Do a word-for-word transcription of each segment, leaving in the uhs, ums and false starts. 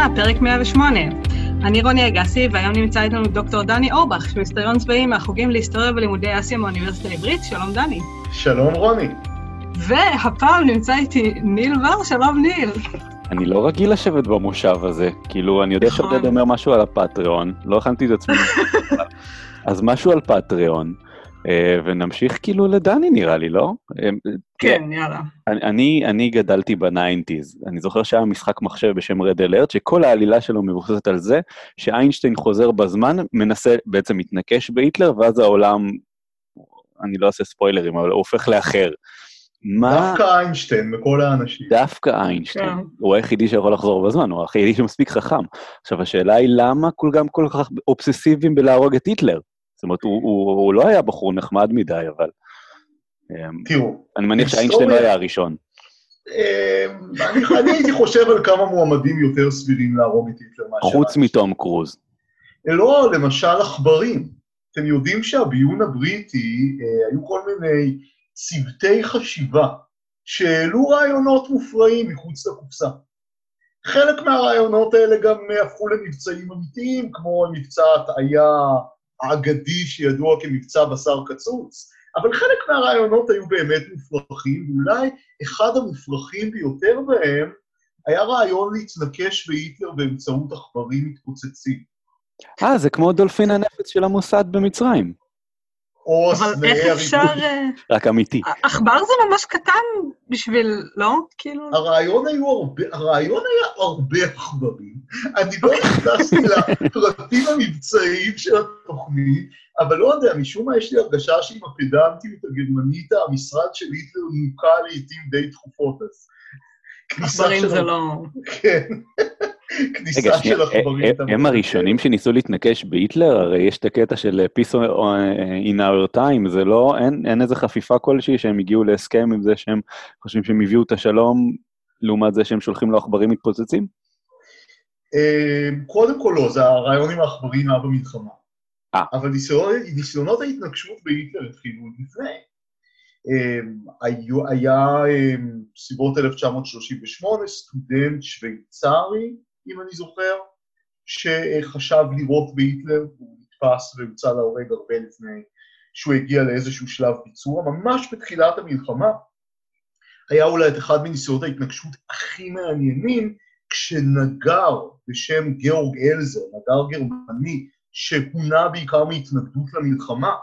ראשונה, פרק מאה ושמונה. אני רוני אגסי, והיום נמצא איתנו דוקטור דני אורבך, שהוא היסטוריון צבאי מהחוגים להיסטוריה ולימודי אסיה מהאוניברסיטה העברית. שלום דני. שלום רוני. והפעם נמצא איתי ניל ור. שלום ניל. אני לא רגיל לשבת במושב הזה, כאילו אני יודע שעודד אומר משהו על הפטריון, לא הכנתי את עצמי, אז משהו על פטריון, ונמשיך כאילו לדני נראה לי, לא? כן, יאללה. אני, אני גדלתי בניינטיז, אני זוכר שהיה משחק מחשב בשם רד אלרט, שכל העלילה שלו מבוססת על זה, שאיינשטיין חוזר בזמן, מנסה בעצם מתנקש בהיטלר, ואז העולם, אני לא אעשה ספוילרים, אבל הוא הופך לאחר. דווקא איינשטיין מכל האנשים. דווקא איינשטיין. הוא היחידי שיכול לחזור בזמן, הוא היחידי שמספיק חכם. עכשיו, השאלה היא למה כולם כל כך אובססיביים בלהרוג את היטלר? זאת אומרת, הוא לא היה בחור נחמד מדי, אבל... תראו. אני מניח שאיינשטיין לא היה הראשון. אני הייתי חושב על כמה מועמדים יותר סבירים להרוג את היטלר. חוץ מתום קרוז. לא, למשל עכברים. אתם יודעים שהביון הבריטי היו כל מיני... צוותי חשיבה שהעלו רעיונות מופרעים מחוץ לקופסה. חלק מהרעיונות האלה גם הפכו למבצעים אמיתיים, כמו המבצע הטעיה האגדי שידוע כמבצע בשר קצוץ, אבל חלק מהרעיונות היו באמת מופרכים, ואולי אחד המופרכים ביותר בהם היה רעיון להתנקש בהיטלר באמצעות עכברים מתפוצצים. אה, זה כמו דולפין הנפץ של המוסד במצרים. אבל איך אפשר... רק אמיתי. עכבר זה ממש קטן בשביל, לא? כאילו... הרעיון היה הרבה, הרעיון היה הרבה עכברים. אני לא נכנסתי לפרטים המבצעיים של התוכנית, אבל לא יודע, משום מה יש לי הרגשה שעם הפדנטיות הגרמנית, המשרד של היטלר נוקה לעתים די תכופות, אז... עכברים זה לא... כן. כניסה של עכברים. הם הראשונים שניסו להתנקש בהיטלר, הרי יש את הקטע של peace in our time, זה לא, אין איזה חפיפה כלשהי שהם הגיעו להסכם עם זה שהם חושבים שהם הביאו את השלום, לעומת זה שהם שולחים לו עכברים מתפוצצים? קודם כל לא, זה הרעיון עם העכברים היה במלחמה. אבל ניסיונות ההתנגשות בהיטלר התחילו לפני. היה סיבות אלף תשע מאות שלושים ושמונה, סטודנט שוויצרי, אם אני זוכר, שחשב לירות בהיטלר, הוא נתפס והוצא להורג הרבה לפני שהוא הגיע לאיזשהו שלב ביצוע, ממש בתחילת המלחמה, היה אולי את אחד מניסיונות ההתנגשות הכי מעניינים, כשנגר בשם גאורג אלזר, נגר גרמני, שהונה בעיקר מהתנגדות למלחמה,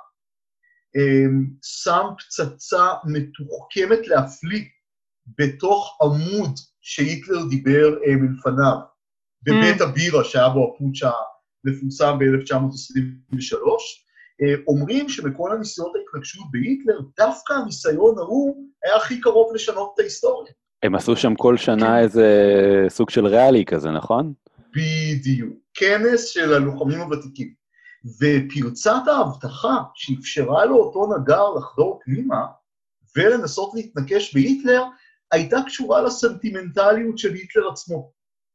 שם פצצה מתוחכמת להפליא בתוך עמוד שהיטלר דיבר מלפניו, בבית הבירה שהיה בו הפוטש המפורסם ב-אלף תשע מאות עשרים ושלוש, אומרים שבכל הניסיונות ההתנגשות בהיטלר, דווקא הניסיון ההוא היה הכי קרוב לשנות את ההיסטוריה. הם עשו שם כל שנה איזה סוג של ריאלי כזה, נכון? בדיוק, כנס של הלוחמים הוותיקים. ופרצת ההבטחה שאפשרה לו אותו נגר לחדור פנימה ולנסות להתנקש בהיטלר, הייתה קשורה לסנטימנטליות של היטלר עצמו.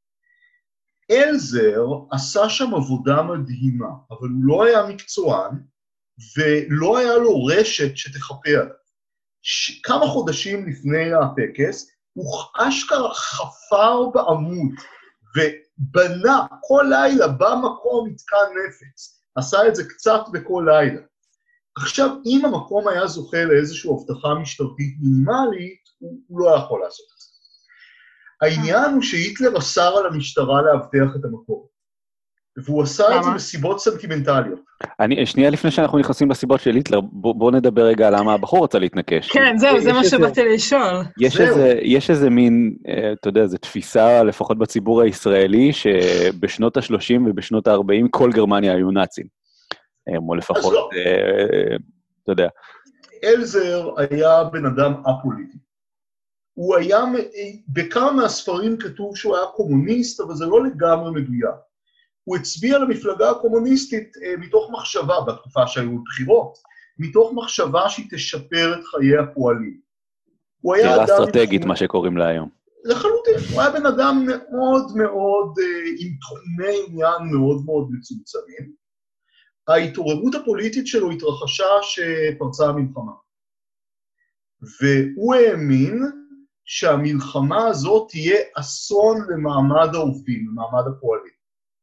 אלזר עשה שם עבודה מדהימה, אבל הוא לא היה מקצוען, ולא היה לו רשת שתחפה עליו. ש... כמה חודשים לפני הטקס, הוא אשכרה חפר בעמוד, ובנה כל לילה במקום מתקן נפץ. עשה את זה קצת בכל לילה. עכשיו, אם המקום היה זוכה לאיזושהי הבטחה משטרתית מינימלית, הוא, הוא לא יכול לעשות את זה. העניין הוא שהיטלר אסר על המשטרה להבטח את המקום. והוא עשה את זה בסיבות סנטימנטליות. אני, שנייה לפני שאנחנו נכנסים לסיבות של היטלר, בוא, בוא נדבר רגע על למה הבחור רצה להתנקש. כן, זהו, זה מה שבאתי לשאול. יש איזה, יש איזה מין, אתה יודע, זו תפיסה, לפחות בציבור הישראלי, שבשנות ה-שלושים ובשנות ה-ארבעים כל גרמניה היו נאצים. או לפחות, לא. אתה יודע. אלזר היה בן אדם אפוליטי. הוא היה, בכמה מהספרים כתוב שהוא היה קומוניסט, אבל זה לא לגמרי מדויק. הוא הצביע למפלגה הקומוניסטית אה, מתוך מחשבה, בתקופה שהיו בחירות, מתוך מחשבה שהיא תשפר את חיי הפועלים. שאלה אסטרטגית, מה שקוראים לה היום. לחלוטין, הוא היה בן אדם מאוד מאוד, אה, עם תחומי עניין מאוד מאוד מצומצמים. ההתעוררות הפוליטית שלו התרחשה שפרצה המלחמה. והוא האמין שהמלחמה הזאת תהיה אסון למעמד העובדים, למעמד הפועלים.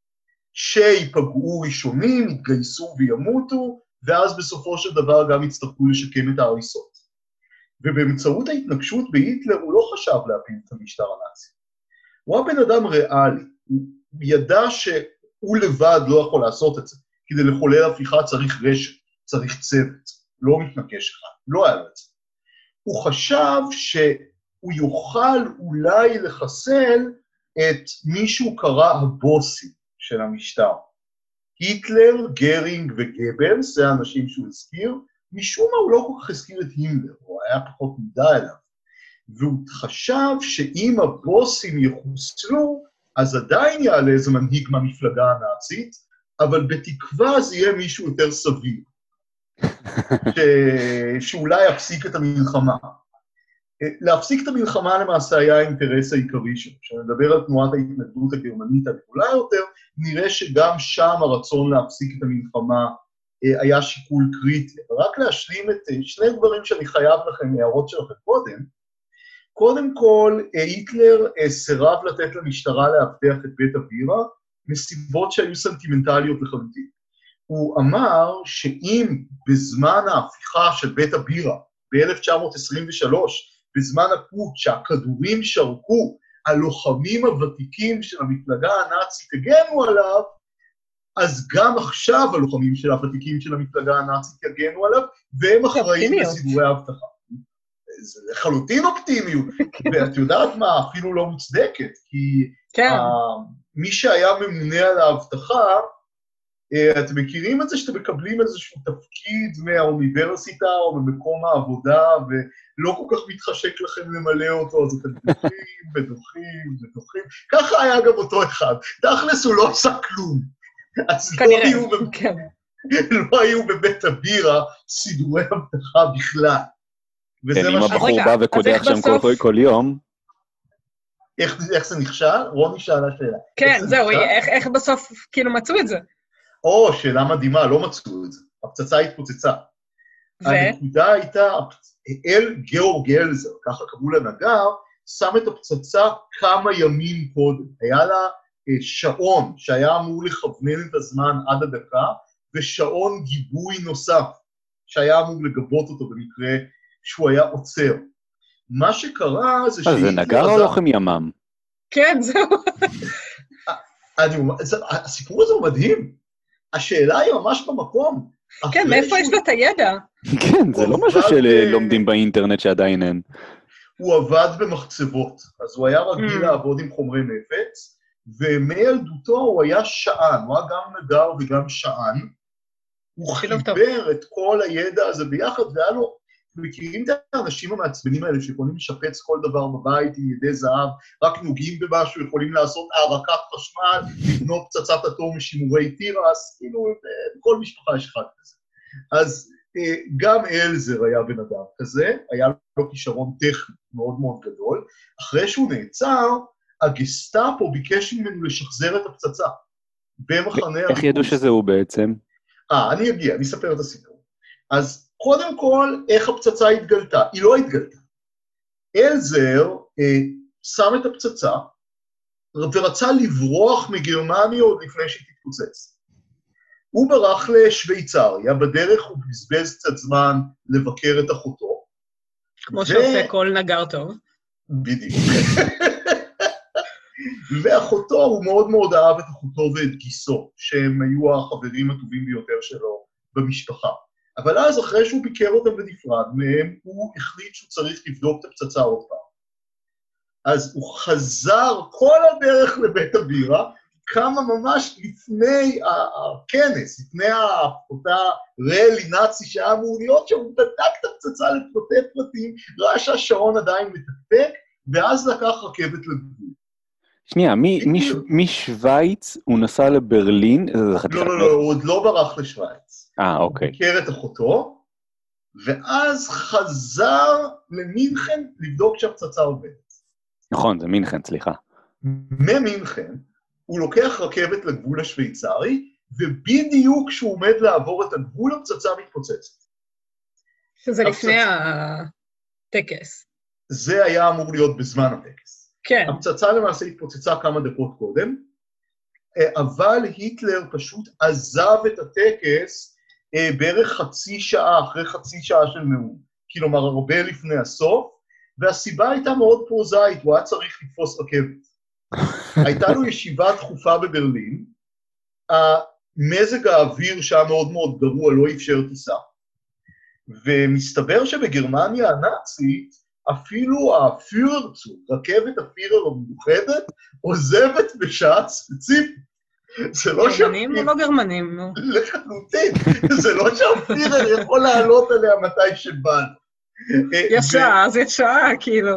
שיפגעו ראשונים, יתגייסו וימותו, ואז בסופו של דבר גם יצטרכו לשקם את ההריסות. ובאמצעות ההתנגשות בהיטלר הוא לא חשב להפיל את המשטר הנאצי. הוא היה בן אדם ריאלי, הוא ידע שהוא לבד לא יכול לעשות את זה, כדי לחולל הפיכה צריך רשת, צריך צוות, לא מתנגש אחד, לא היה לו את זה. הוא חשב שהוא יוכל אולי לחסל את מי שהוא קרא הבוסים של המשטר. היטלר, גרינג וגבלס, זה האנשים שהוא הזכיר, משום מה הוא לא כל כך הזכיר את הימלר, הוא היה פחות מודע אליו. והוא חשב שאם הבוסים יחוסלו, אז עדיין יעלה איזה מנהיג מהמפלגה הנאצית, אבל בתקווה זה יהיה מישהו יותר סביר, ש... שאולי יפסיק את המלחמה. להפסיק את המלחמה למעשה היה האינטרס העיקרי שלו. כשנדבר על תנועת ההתנגדות הגרמנית הגדולה יותר, נראה שגם שם הרצון להפסיק את המלחמה היה שיקול קריטי. רק להשלים את שני דברים שאני חייב לכם, הערות שלכם קודם. קודם כל, היטלר סירב לתת למשטרה להבטיח את בית הבירה, מסיבות שהיו סנטימנטליות לחלוטין. הוא אמר שאם בזמן ההפיכה של בית הבירה, ב-אלף תשע מאות עשרים ושלוש, בזמן הפוט שהכדורים שרקו, הלוחמים הוותיקים של המפלגה הנאצית הגנו עליו, אז גם עכשיו הלוחמים של הוותיקים של המפלגה הנאצית הגנו עליו, והם אחראים לסידורי האבטחה. זה לחלוטין אופטימיות, ואת יודעת מה, אפילו לא מוצדקת, כי מי שהיה ממונה על האבטחה, אתם מכירים את זה שאתם מקבלים איזשהו תפקיד מהאוניברסיטה או ממקום העבודה, ולא כל כך מתחשק לכם למלא אותו, אז אתם דוחים ודוחים ודוחים. ככה היה גם אותו אחד. תכלס הוא לא עשה כלום. אז לא היו, כן. לא היו בבית הבירה סידורי אבטחה בכלל. כן, אם הבחור בא וקודח שם בסוף... כל, כל יום. איך, איך זה נכשל? רוני שאלה שאלה. כן, זהו, איך, איך בסוף כאילו מצאו את זה? או, שאלה מדהימה, לא מצאו את זה. הפצצה התפוצצה. ו? הנקודה הייתה, אל גיאורג אלזר, ככה קראו לנגר, שם את הפצצה כמה ימים קודם. היה לה שעון שהיה אמור לכוונן את הזמן עד הדקה, ושעון גיבוי נוסף, שהיה אמור לגבות אותו במקרה שהוא היה עוצר. מה שקרה זה שהיא... זה נגר או לוחם ימם? כן, זהו. הסיפור הזה הוא מדהים. השאלה היא ממש במקום. כן, מאיפה יש לה את הידע? כן, זה לא משהו שלומדים באינטרנט שעדיין אין. הוא עבד במחצבות, אז הוא היה רגיל לעבוד עם חומרי נפץ, ומילדותו הוא היה שען, הוא היה גם נגר וגם שען, הוא חיבר את כל הידע הזה ביחד, והיה לו, מכירים את האנשים המעצבנים האלה שיכולים לשפץ כל דבר בבית עם ידי זהב, רק נוגעים במשהו, יכולים לעשות הערקת חשמל, לבנות פצצת אטום משימורי תירס, כאילו, בכל משפחה יש אחד כזה. אז גם אלזר היה בן אדם כזה, היה לו כישרון טכני מאוד מאוד גדול, אחרי שהוא נעצר, הגסטאפו ביקש ממנו לשחזר את הפצצה, במחנה... איך ידעו שזה הוא בעצם? אה, אני אגיע, אני אספר את הסיפור. אז קודם כל, איך הפצצה התגלתה? היא לא התגלתה. אלזר אה, שם את הפצצה, ורצה לברוח מגרמניה עוד לפני שהיא תתפוצץ. הוא ברח לשוויצריה, בדרך הוא בזבז קצת זמן לבקר את אחותו. כמו ו... שעושה כל נגר טוב. בדיוק. ואחותו, הוא מאוד מאוד אהב את אחותו ואת גיסו, שהם היו החברים הטובים ביותר שלו במשפחה. אבל אז, אחרי שהוא ביקר אותם ונפרד מהם, הוא החליט שהוא צריך לבדוק את הפצצה עוד פעם. אז הוא חזר כל הדרך לבית הבירה, כמה ממש לפני הכנס, לפני אותה רלי נאצי שהיה אמור להיות, שהוא בדק את הפצצה לפרטי פרטים, ראה שהשעון עדיין מתקתק, ואז לקח רכבת לגבול. שנייה, משוויץ הוא נסע לברלין? לא, לא, לא, הוא עוד לא ברח לשוויץ. אה, אוקיי. הוא ביקר את אחותו, ואז חזר למינכן לבדוק שהפצצה עובדת. נכון, זה מינכן, סליחה. ממינכן, הוא לוקח רכבת לגבול השוויצרי, ובדיוק כשהוא עומד לעבור את הגבול, הפצצה מתפוצצת. שזה לפני הטקס. זה היה אמור להיות בזמן הטקס. כן. הפצצה למעשה התפוצצה כמה דקות קודם, אבל היטלר פשוט עזב את הטקס בערך חצי שעה, אחרי חצי שעה של נאום, כלומר הרבה לפני הסוף, והסיבה הייתה מאוד פרוזאית, הוא היה צריך לתפוס רכבת. הייתה לו ישיבה דחופה בברלין, המזג האוויר שהיה מאוד מאוד גרוע לא אפשר טיסה, ומסתבר שבגרמניה הנאצית, אפילו הפיוררצוג, רכבת הפיורר המאוחדת, עוזבת בשעה ספציפית. גרמנים או לא גרמנים? לחלוטין, זה לא שהפיורר יכול לעלות עליה מתי שבא. יש שעה, אז יש שעה, כאילו.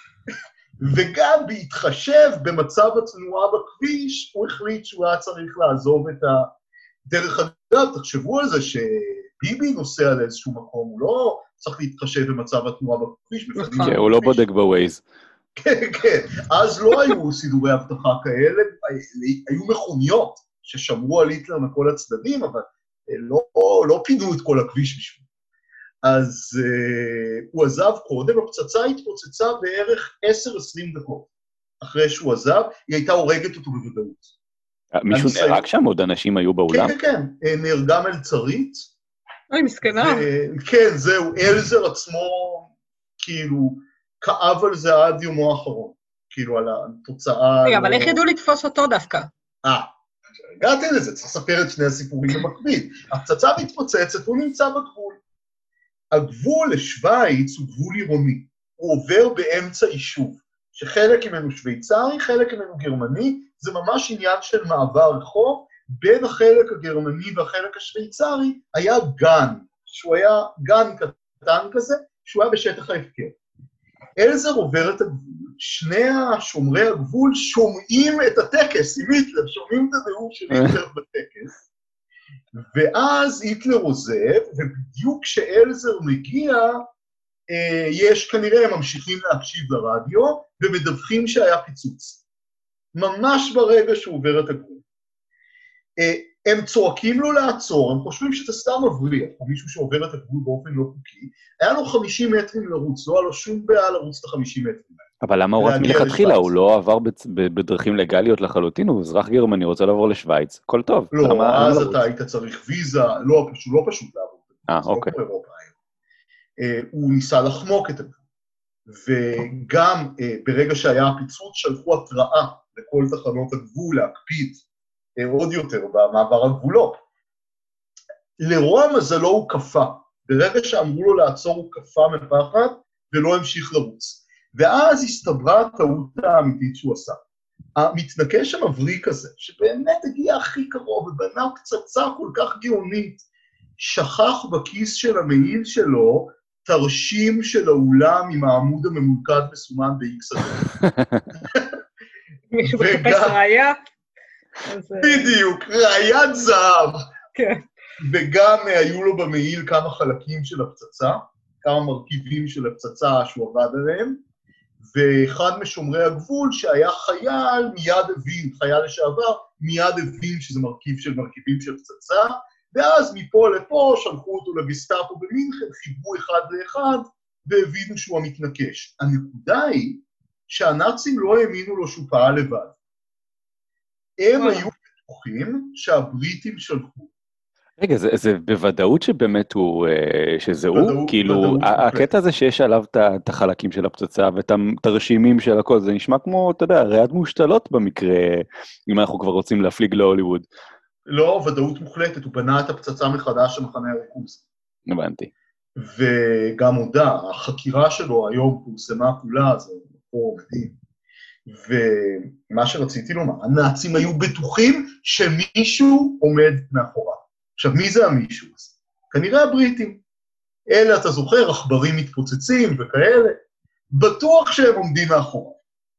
וגם בהתחשב במצב התנועה בכביש, הוא החליט שהוא היה צריך לעזוב את ה... דרך אגב, תחשבו על זה שביבי נוסע לאיזשהו מקום, הוא לא צריך להתחשב במצב התנועה בכביש. כן, הוא לא בודק בווייז. כן, כן. אז לא היו סידורי הבטחה כאלה, היו מכוניות ששמרו על היטלר מכל הצדדים, אבל לא, לא פינו את כל הכביש בשביל. אז uh, הוא עזב קודם, הפצצה התפוצצה בערך עשר עשרים דקות. אחרי שהוא עזב, היא הייתה הורגת אותו בוודאות. מישהו נהרג שם? עוד אנשים היו באולם? כן, כן, כן. נהרגה מלצרית. אוי, מסכנה. כן, זהו, אלזר עצמו, כאילו, כאב על זה עד יומו האחרון. כאילו, על התוצאה... רגע, אבל איך ידעו לתפוס אותו דווקא? אה, הגעתי לזה, צריך לספר את שני הסיפורים במקביל. הפצצה מתפוצצת, הוא נמצא בגבול. הגבול לשוויץ הוא גבול עירוני, הוא עובר באמצע יישוב, שחלק ממנו שוויצרי, חלק ממנו גרמני, זה ממש עניין של מעבר רחוב, בין החלק הגרמני והחלק השוויצרי היה גן, שהוא היה גן קטן כזה, שהוא היה בשטח ההפקר. אלזר עובר את הגבול, שני השומרי הגבול שומעים את הטקס עם היטלר, שומעים את הנאום של היטלר בטקס, ואז היטלר עוזב, ובדיוק כשאלזר מגיע, יש כנראה, הם ממשיכים להקשיב לרדיו, ומדווחים שהיה פיצוץ. ממש ברגע שהוא עובר את הגבול. הם צועקים לו לעצור, הם חושבים שאתה סתם מבריח, או מישהו שעובר את הגבול באופן לא חוקי, היה לו חמישים מטרים לרוץ, לא היה לו שום בעיה לרוץ את ה-חמישים מטרים. אבל למה הוא רץ מלכתחילה? הוא לא עבר בדרכים לגליות לחלוטין, הוא אזרח גרמני, רוצה לעבור לשוויץ, הכל טוב. לא, אז אתה היית צריך ויזה, לא פשוט לעבור. אה, אוקיי. הוא ניסה לחמוק את הגבול, וגם ברגע שהיה הפיצוץ, שלחו התראה לכל תחנות הגבול להקפיד עוד יותר במעבר הגבולות. לרוע מזלו הוא קפא, ברגע שאמרו לו לעצור הוא קפא מפחד, ולא המשיך לרוץ. ואז הסתברה הטעות האמיתית שהוא עשה. המתנקש המבריק הזה, שבאמת הגיע הכי קרוב, ובנה פצצה כל כך גאונית, שכח בכיס של המעיל שלו, תרשים של האולם עם העמוד הממולכד מסומן ב-X הזה. מישהו מחפש ראייה? בדיוק, ראיית זהב. כן. וגם היו לו במעיל כמה חלקים של הפצצה, כמה מרכיבים של הפצצה שהוא עבד עליהם, ואחד משומרי הגבול שהיה חייל מיד הבין, חייל לשעבר, מיד הבין שזה מרכיב של מרכיבים של פצצה, ואז מפה לפה שלחו אותו לגסטאפו במינכן, חיברו אחד לאחד, והבינו שהוא המתנקש. הנקודה היא שהנאצים לא האמינו לו שהוא פעל לבד. הם היו בטוחים שהבריטים שלחו. רגע, זה, זה בוודאות שבאמת הוא, שזה הוא? כאילו, הקטע הזה שיש עליו את החלקים של הפצצה ואת הרשימים של הכל, זה נשמע כמו, אתה יודע, ריד מושתלות במקרה, אם אנחנו כבר רוצים להפליג להוליווד. לא, ודאות מוחלטת, הוא בנה את הפצצה מחדש למחנה הריכוז. הבנתי. וגם הודע, החקירה שלו היום פורסמה כולה, זה פה מדהים. ומה שרציתי לומר, הנאצים היו בטוחים שמישהו עומד מאחוריו. עכשיו, מי זה המישהו הזה? כנראה הבריטים. אלה, אתה זוכר, עכברים מתפוצצים וכאלה. בטוח שהם עומדים מאחוריו.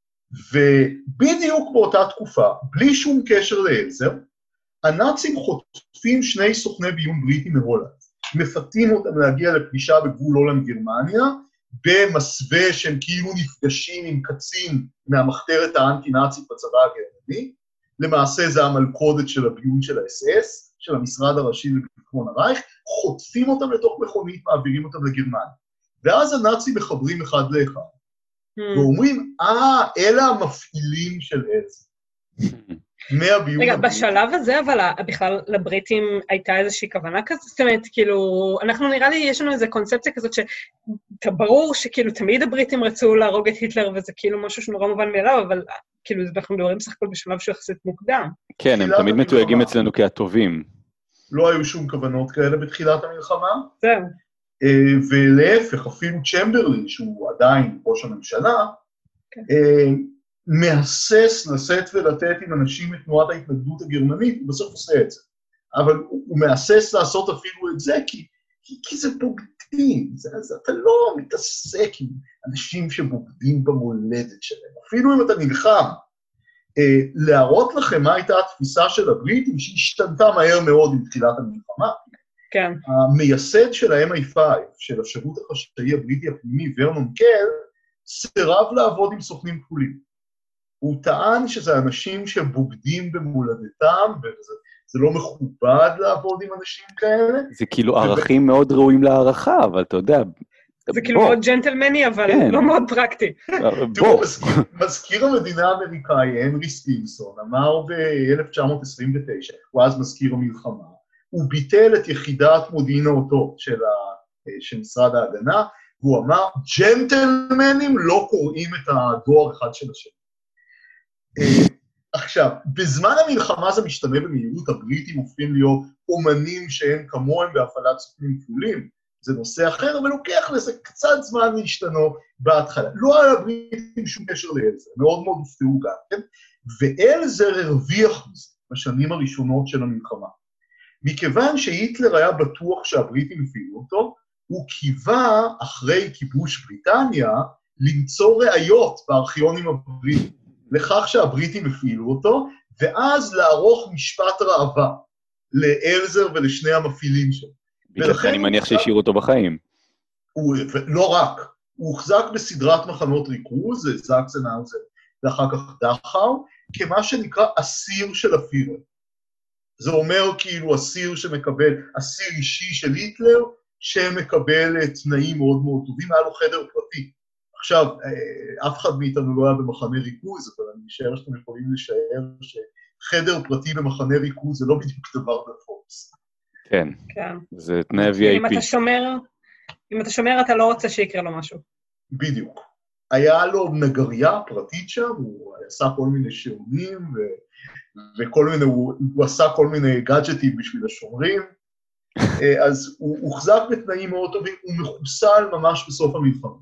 ובדיוק באותה תקופה, בלי שום קשר לאלזר, הנאצים חוטפים שני סוכני ביון בריטים מהולנד. מפתים אותם להגיע לפגישה בגבול הולנד גרמניה, במסווה שהם כאילו נפגשים עם קצין מהמחתרת האנטי-נאצית בצבא הגרמני, למעשה זה המלכודת של הביון של ה-אס אס, של המשרד הראשי לביטחון הרייך, חוטפים אותם לתוך מכונית, מעבירים אותם לגרמניה. ואז הנאצים מחברים אחד לאחד, ואומרים, אה, אלה המפעילים של אלזר. מהביון רגע, הבריטי. בשלב הזה, אבל בכלל לבריטים הייתה איזושהי כוונה כזאת? זאת אומרת, כאילו, אנחנו נראה לי, יש לנו איזו קונספציה כזאת שברור שכאילו תמיד הבריטים רצו להרוג את היטלר, וזה כאילו משהו שנורא מובן מאליו, אבל כאילו אנחנו מדברים סך הכל בשלב שהוא יחסית מוקדם. כן, הם תמיד מתויגים אצלנו כהטובים. לא היו שום כוונות כאלה בתחילת המלחמה. זהו. ולהפך, אפילו צ'מברלין, שהוא עדיין ראש הממשלה, מהסס לשאת ולתת עם אנשים את תנועת ההתנגדות הגרמנית, הוא בסוף עושה את זה. אבל הוא מהסס לעשות אפילו את זה, כי, כי, כי זה בוגדים, זה, זה, אתה לא מתעסק עם אנשים שבוגדים במולדת שלהם, אפילו אם אתה נלחם. אה, להראות לכם מה הייתה התפיסה של הבריטים, שהשתנתה מהר מאוד עם תחילת המלחמה. כן. המייסד של ה-אם איי פייב, של השירות החשאי הבריטי הפנימי, ורנון קל, סירב לעבוד עם סוכנים כחולים. הוא טען שזה אנשים שבוגדים במולדתם, וזה לא מכובד לעבוד עם אנשים כאלה. זה כאילו ערכים מאוד ראויים להערכה, אבל אתה יודע... זה כאילו מאוד ג'נטלמני, אבל לא מאוד פרקטי. תראו, מזכיר המדינה האמריקאי, הנרי סטינסון, אמר ב-אלף תשע מאות עשרים ותשע, הוא אז מזכיר המלחמה, הוא ביטל את יחידת מודיעין האותות של משרד ההגנה, והוא אמר, ג'נטלמנים לא קוראים את הדואר אחד של השני. עכשיו, בזמן המלחמה זה משתנה במהירות, הבריטים הופכים להיות אומנים שאין כמוהם בהפעלת סוכנים כפולים, זה נושא אחר, אבל לוקח לזה קצת זמן להשתנות בהתחלה. לא היה לבריטים שום קשר לאלזר, מאוד מאוד הופתעו גם, כן? ואלזר הרוויח מזה בשנים הראשונות של המלחמה. מכיוון שהיטלר היה בטוח שהבריטים הפעילו אותו, הוא קיווה, אחרי כיבוש בריטניה, למצוא ראיות בארכיונים הבריטים, לכך שהבריטים הפעילו אותו, ואז לערוך משפט ראווה לאלזר ולשני המפעילים שלו. ולכן אני מניח שהשאירו אותו בחיים. הוא, לא רק, הוא הוחזק בסדרת מחנות ריכוז, זקסנהאוזן, ואחר כך דכאו, כמה שנקרא אסיר של הפירר. זה אומר כאילו אסיר שמקבל, אסיר אישי של היטלר, שמקבל תנאים מאוד מאוד טובים, היה לו חדר פרטי. עכשיו, אף אחד מאיתנו לא היה במחנה ריכוז, אבל אני משער שאתם יכולים לשער שחדר פרטי במחנה ריכוז זה לא בדיוק דבר נפוץ. כן, זה תנאי וי איי פי. אם אתה שומר, אם אתה שומר, אתה לא רוצה שיקרה לו משהו. בדיוק. היה לו נגריה פרטית שם, הוא עשה כל מיני שעונים, וכל מיני, הוא עשה כל מיני גאדג'טים בשביל השומרים, אז הוא הוחזק בתנאים מאוד טובים, הוא מחוסל ממש בסוף המלחמה.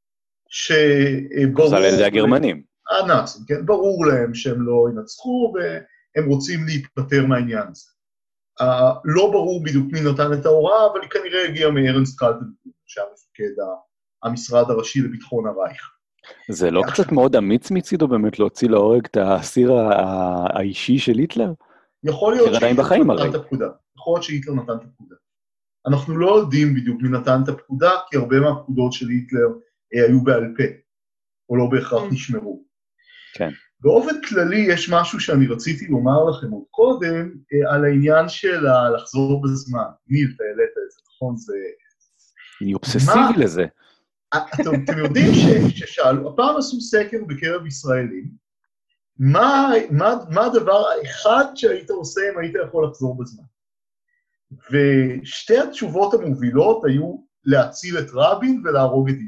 שברור... מחוסל על ידי הגרמנים. הנאצים, כן? ברור להם שהם לא ינצחו, והם רוצים להיפטר מהעניין הזה. לא ברור בדיוק מי נתן את ההוראה, אבל היא כנראה הגיעה מארנסט קלטנבורג, שהיה מפקד המשרד הראשי לביטחון הרייך. זה לא קצת מאוד אמיץ מצידו באמת להוציא להורג את האסיר האישי של היטלר? יכול להיות שהיטלר נתן את הפקודה. יכול להיות שהיטלר נתן את הפקודה. אנחנו לא יודעים בדיוק מי נתן את הפקודה, כי הרבה מהפקודות של היטלר היו בעל פה, או לא בהכרח נשמרו. כן. באופן כללי יש משהו שאני רציתי לומר לכם עוד קודם, על העניין של לחזור בזמן. ניל, אתה העלית את זה, נכון? זה... אני אובססיבי לזה. אתם יודעים ששאלו, הפעם עשו סקר בקרב ישראלים, מה, מה, מה הדבר האחד שהיית עושה אם היית יכול לחזור בזמן? ושתי התשובות המובילות היו להציל את רבין ולהרוג את היטלר.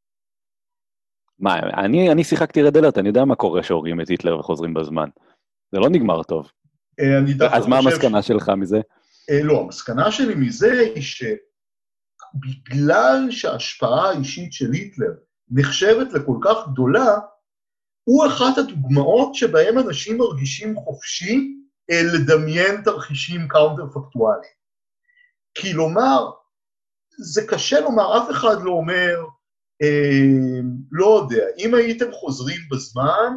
מה, אני, אני שיחקתי רד אלרט, אני יודע מה קורה שהורגים את היטלר וחוזרים בזמן. זה לא נגמר טוב. אז מה המסקנה שלך מזה? לא, המסקנה שלי מזה היא שבגלל שההשפעה האישית של היטלר נחשבת לכל כך גדולה, הוא אחת הדוגמאות שבהם אנשים מרגישים חופשי לדמיין תרחישים קאונטר-פקטואליים. כי לומר, זה קשה לומר, אף אחד לא אומר, אה, לא יודע, אם הייתם חוזרים בזמן,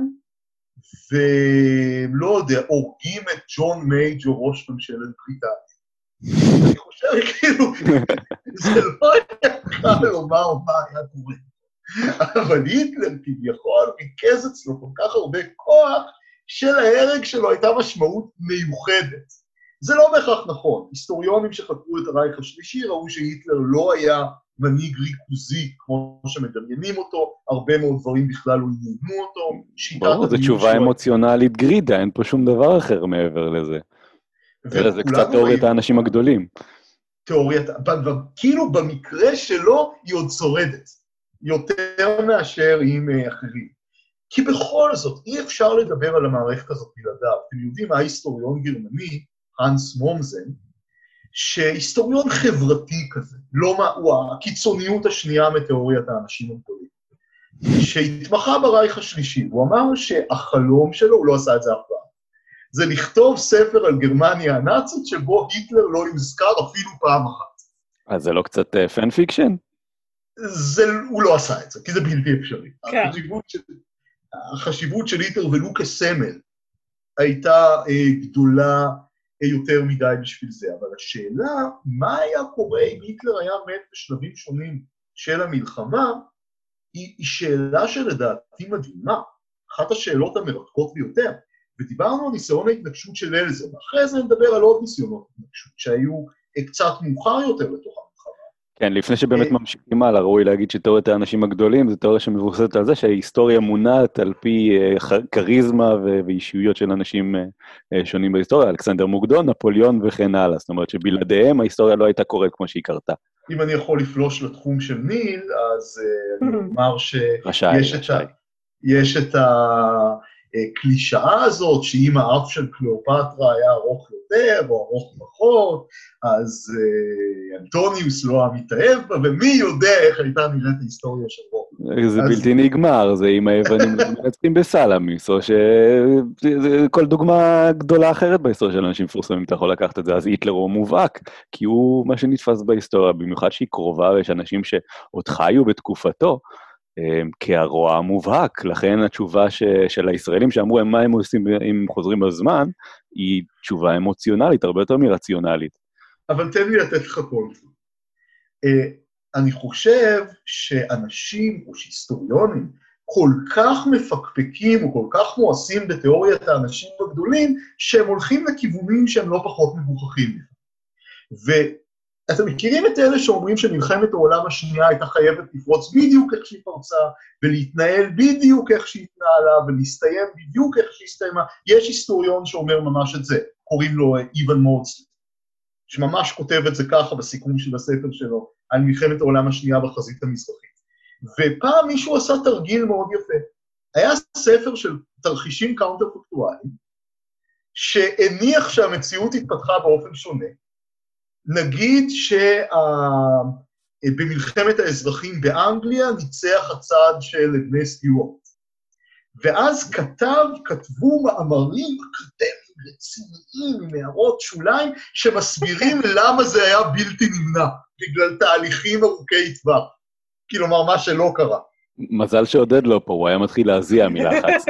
ולא יודע, הורגים את ג'ון מייג'ור, ראש ממשלת בריטניה. אני חושב, כאילו, זה לא יכול לומר מה היה קורה. אבל היטלר כביכול ריכז אצלו כל כך הרבה כוח, שלהרג שלו הייתה משמעות מיוחדת. זה לא בהכרח נכון. היסטוריונים שחקרו את הרייך השלישי ראו שהיטלר לא היה מנהיג ריכוזי, כמו שמדמיינים אותו, הרבה מאוד דברים בכלל לא עניינו אותו, ברור, זו תשובה אמוציונלית גרידה, אין פה שום דבר אחר מעבר לזה. זה קצת תיאוריית האנשים הגדולים. תיאוריית, כאילו במקרה שלו היא עוד שורדת, יותר מאשר עם אחרים. כי בכל זאת, אי אפשר לדבר על המערכת הזאת בלעדיו. אתם יודעים, ההיסטוריון גרמני, הנס מומזן, שהיסטוריון חברתי כזה, לא מה, הוא הקיצוניות השנייה מתיאוריית האנשים הגדולים, שהתמחה ברייך השלישי, הוא אמר שהחלום שלו, הוא לא עשה את זה אף פעם, זה לכתוב ספר על גרמניה הנאצית, שבו היטלר לא יוזכר אפילו פעם אחת. אז זה לא קצת פן פיקשן? זה, הוא לא עשה את זה, כי זה בלתי אפשרי. כן. החשיבות של, החשיבות של היטלר ולו כסמל, הייתה אה, גדולה, יותר מדי בשביל זה, אבל השאלה, מה היה קורה אם היטלר היה מת בשלבים שונים של המלחמה, היא, היא שאלה שלדעתי מדהימה, אחת השאלות המרתקות ביותר, ודיברנו על ניסיון ההתנגשות של אלזר, ואחרי זה נדבר על עוד ניסיונות התנגשות, שהיו קצת מאוחר יותר לתוך המלחמה. כן, לפני שבאמת ממשיכים הלאה, ראוי להגיד שתיאוריית האנשים הגדולים, זו תיאוריה שמבוססת על זה שההיסטוריה מונעת על פי כריזמה ואישיויות של אנשים שונים בהיסטוריה, אלכסנדר מוקדון, נפוליאון וכן הלאה, זאת אומרת שבלעדיהם ההיסטוריה לא הייתה קורית כמו שהיא קרתה. אם אני יכול לפלוש לתחום של ניל, אז אני אומר שיש את הקלישאה הזאת, שאם האף של קליאופטרה היה ארוך יותר או ארוך פחות, אז אנטוניוס לא המתאהב בה, ומי יודע איך הייתה נראית ההיסטוריה של רומא. זה בלתי נגמר, זה אם היוונים מנצחים בסלאמיס, או שכל דוגמה גדולה אחרת בהיסטוריה של אנשים מפורסמים, אתה יכול לקחת את זה, אז היטלר הוא מובהק, כי הוא מה שנתפס בהיסטוריה, במיוחד שהיא קרובה, ויש אנשים שעוד חיו בתקופתו, כהרוע המובהק, לכן התשובה של הישראלים שאמרו, מה הם עושים אם חוזרים בזמן, היא תשובה אמוציונלית, הרבה יותר מרציונלית. אבל תן לי לתת לך קונטרה. אני חושב שאנשים או שהיסטוריונים כל כך מפקפקים או כל כך מואסים בתיאוריית האנשים הגדולים, שהם הולכים לכיוונים שהם לא פחות מבוכחים. ואתם מכירים את אלה שאומרים שמלחמת העולם השנייה הייתה חייבת לפרוץ בדיוק איך שהיא פרצה, ולהתנהל בדיוק איך שהיא התנהלה, ולהסתיים בדיוק איך שהיא הסתיימה. יש היסטוריון שאומר ממש את זה, קוראים לו איוון מורדסלי, שממש כותב את זה ככה בסיכום של הספר שלו, על מלחמת העולם השנייה בחזית המזרחית. ופעם מישהו עשה תרגיל מאוד יפה. היה ספר של תרחישים קאונטר-פקטואליים, שהניח שהמציאות התפתחה באופן שונה. נגיד שבמלחמת האזרחים באנגליה ניצח הצד של בני סטיוארט. ואז כתב, כתבו מאמרים אקדמיים רציניים, עם הערות שוליים, שמסבירים למה זה היה בלתי נמנע, בגלל תהליכים ארוכי טווח. כלומר, מה שלא קרה. מזל שעודד לא פה, הוא היה מתחיל להזיע מלחץ.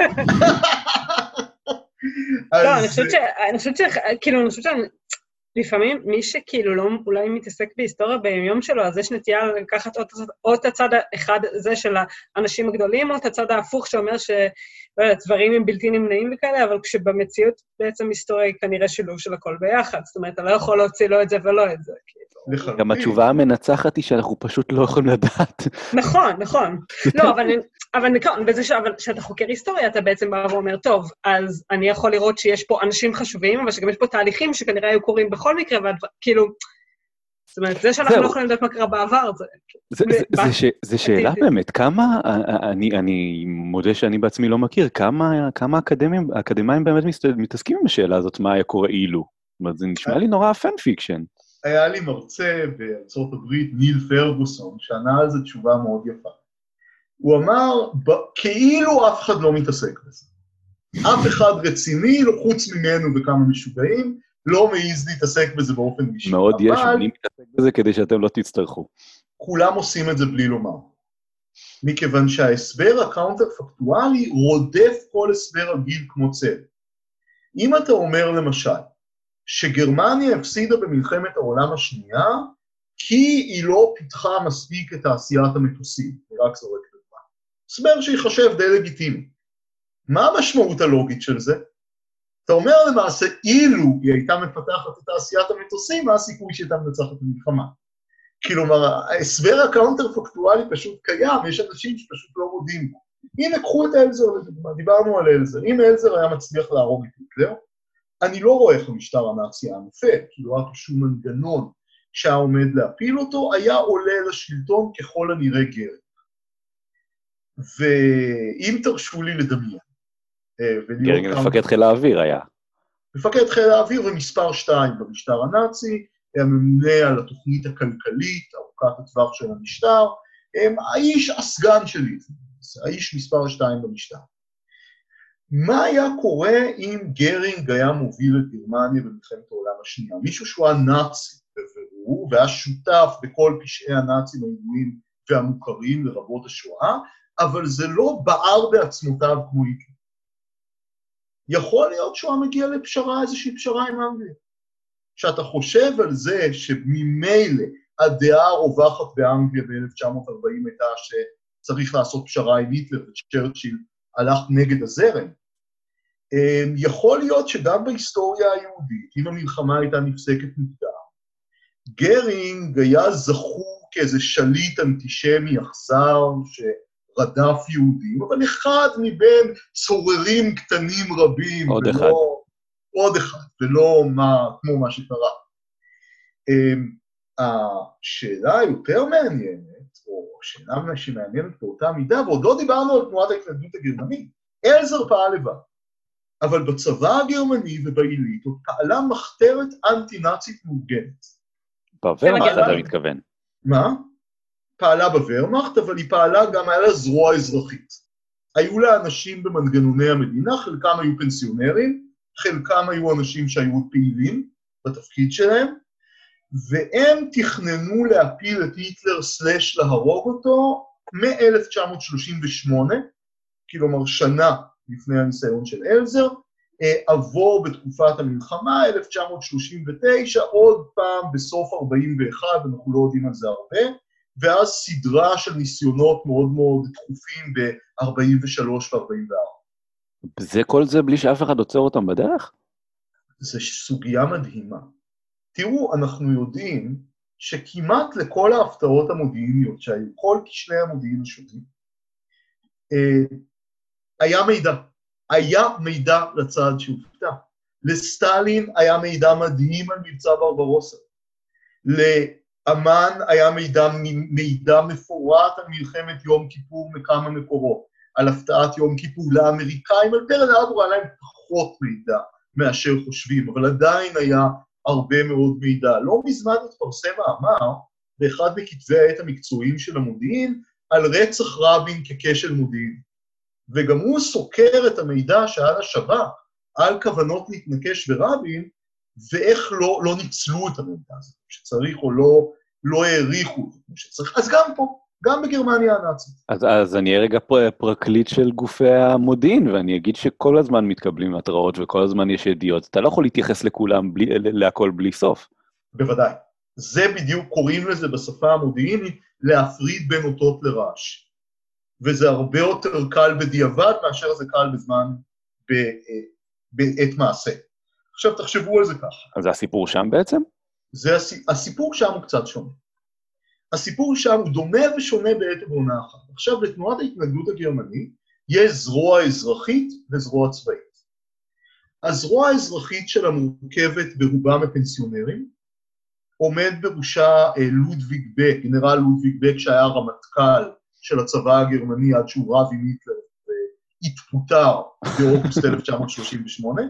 לא, אני חושבת ש... אני חושבת ש... כאילו, אני חושבת ש... לפעמים מי שכאילו לא אולי מתעסק בהיסטוריה ביום שלו, אז יש נטייה לקחת או את הצד האחד הזה של האנשים הגדולים, או את הצד ההפוך שאומר שדברים הם בלתי נמנעים וכאלה, אבל כשבמציאות בעצם היסטוריה היא כנראה שילוב של הכל ביחד, זאת אומרת, אתה לא יכול להוציא לא את זה ולא את זה. גם התשובה המנצחת היא שאנחנו פשוט לא יכולים לדעת. נכון, נכון. לא, אבל... אבל נכון, בזה שאתה חוקר היסטוריה, אתה בעצם בא ואומר, טוב, אז אני יכול לראות שיש פה אנשים חשובים, אבל שגם יש פה תהליכים שכנראה היו קורים בכל מקרה, וכאילו, זאת אומרת, זה שאנחנו לא יכולים לדעת מה קרה בעבר, זה... זה שאלה באמת, כמה, אני מודה שאני בעצמי לא מכיר, כמה אקדמיים באמת מתעסקים עם השאלה הזאת, מה היה קורה אילו? זאת אומרת, זה נשמע לי נורא פן פיקשן. היה לי מרצה בארצות הברית, ניל פרגוסון, שענה על זה תשובה מאוד יפה. הוא אמר, כאילו אף אחד לא מתעסק בזה. אף אחד רציני, לא חוץ ממנו וכמה משוגעים, לא מעיז להתעסק בזה באופן אישי. מאוד יש, אני מתעסק בזה כדי שאתם לא תצטרכו. כולם עושים את זה בלי לומר. מכיוון שההסבר הקאונטר-פקטואלי רודף כל הסבר רגיל כמו צל. אם אתה אומר למשל, שגרמניה הפסידה במלחמת העולם השנייה, כי היא לא פיתחה מספיק את תעשיית המטוסים, היא רק זורק לדבר. הסבר שיחשב די לגיטימי. מה המשמעות הלוגית של זה? אתה אומר למעשה, אילו היא הייתה מפתחת את תעשיית המטוסים, מה הסיכוי שהייתה מנצחת במלחמה? כלומר, ההסבר הקאונטר-פקטואלי פשוט קיים, יש אנשים שפשוט לא מודים בו. הנה, קחו את אלזר לדוגמה, דיברנו על אלזר. אם אלזר היה מצליח להרוג את היטלר, אני לא רואה איך המשטר הנאצי היה נופל, כי לא היה שום מנגנון שהיה עומד להפיל אותו, היה עולה לשלטון ככל הנראה גרינג. ואם תרשו לי לדמיין, גרינג מפקד חיל האוויר היה. מפקד חיל האוויר ומספר שתיים במשטר הנאצי, הממונה על התוכנית הכלכלית, ארוכת הטווח של המשטר, האיש הסגן שלי, האיש מספר שתיים במשטר. מה היה קורה אם גרינג היה מוביל את גרמניה במלחמת העולם השנייה? מישהו שהוא הנאצי בבירור, והיה שותף בכל פשעי הנאצים הידועים והמוכרים לרבות השואה, אבל זה לא בער בעצמותיו כמו היטלר. יכול להיות שהוא מגיע לפשרה, איזושהי פשרה עם אנגליה. שאתה חושב על זה שממילא הדעה הרווחת באנגליה ב-אלף תשע מאות ארבעים הייתה שצריך לעשות פשרה עם היטלר, וצ'רצ'יל הלך נגד הזרם. יכול להיות שגם בהיסטוריה היהודית, אם המלחמה הייתה נפסקת מוקדם, גרינג היה זכור כאיזה שליט אנטישמי אכזר שרדף יהודים, אבל אחד מבין צוררים קטנים רבים, עוד ולא, אחד. עוד אחד, ולא מה, כמו מה שקרה. השאלה היותר מעניינת, או השאלה שמעניינת באותה מידה, ועוד לא דיברנו על תנועת ההתנגדות הגרמנית, אלזר פעל לבד. אבל בצבא הגרמני ובעילית עוד פעלה מחתרת אנטי-נאצית מאורגנת. בוורמאכט אתה מתכוון. מה? פעלה בוורמאכט, אבל היא פעלה גם על הזרוע האזרחית. היו לה אנשים במנגנוני המדינה, חלקם היו פנסיונרים, חלקם היו אנשים שהיו פעילים בתפקיד שלהם, והם תכננו להפיל את היטלר סלש להרוג אותו מ-אלף תשע מאות שלושים ושמונה, כלומר שנה לפני הניסיון של אלזר, עבור בתקופת המלחמה, אלף תשע מאות שלושים ותשע, עוד פעם בסוף ארבעים ואחת, אנחנו לא יודעים על זה הרבה, ואז סדרה של ניסיונות מאוד מאוד דחופים ב-ארבעים ושלוש ו-ארבעים וארבע. זה כל זה בלי שאף אחד עוצר אותם בדרך? זו סוגיה מדהימה. תראו, אנחנו יודעים שכמעט לכל ההפתעות המודיעיניות שהיו, כל כשלי המודיעין השונים, היה מידע. היה מידע לצד שהופתע. לסטלין היה מידע מדהים על מבצע ברברוסה. לאמן היה מידע, מידע מפורט על מלחמת יום כיפור מכמה מקורות, על הפתעת יום כיפור לאמריקאים, על פרל ארדור היה להם פחות מידע מאשר חושבים, אבל עדיין היה הרבה מאוד מידע. לא מזמן התפרסם מאמר באחד מכתבי העת המקצועיים של המודיעין, על רצח רבין ככשל מודיעין. וגם הוא סוקר את המידע שהיה לשב"כ על כוונות להתנקש ברבין, ואיך לא, לא ניצלו את המידע הזה, שצריך או לא, לא העריכו את זה שצריך. אז גם פה, גם בגרמניה הנאצית. אז, אז אני אהיה רגע פרקליט של גופי המודיעין, ואני אגיד שכל הזמן מתקבלים התראות וכל הזמן יש ידיעות. אתה לא יכול להתייחס לכולם, בלי, להכל בלי סוף. בוודאי. זה בדיוק קוראים לזה בשפה המודיעינית, להפריד בין אותות לרעש. וזה הרבה יותר קל בדיעבד, מאשר זה קל בזמן, בעת מעשה. עכשיו תחשבו על זה ככה. אז זה הסיפור שם בעצם? זה הסיפור שם הוא קצת שונה. הסיפור שם הוא דומה ושונה בעת ובעונה אחת. עכשיו, לתנועת ההתנגדות הגרמנית, יש זרוע אזרחית וזרוע צבאית. הזרוע האזרחית שלה מורכבת ברובה מפנסיונרים, עומד בראשה לודוויג בק, גנרל לודוויג בק שהיה רמטכ"ל של הצבא הגרמני עד שהוא רב עם היטלר והתפוטר באוגוסט אלף תשע מאות שלושים ושמונה,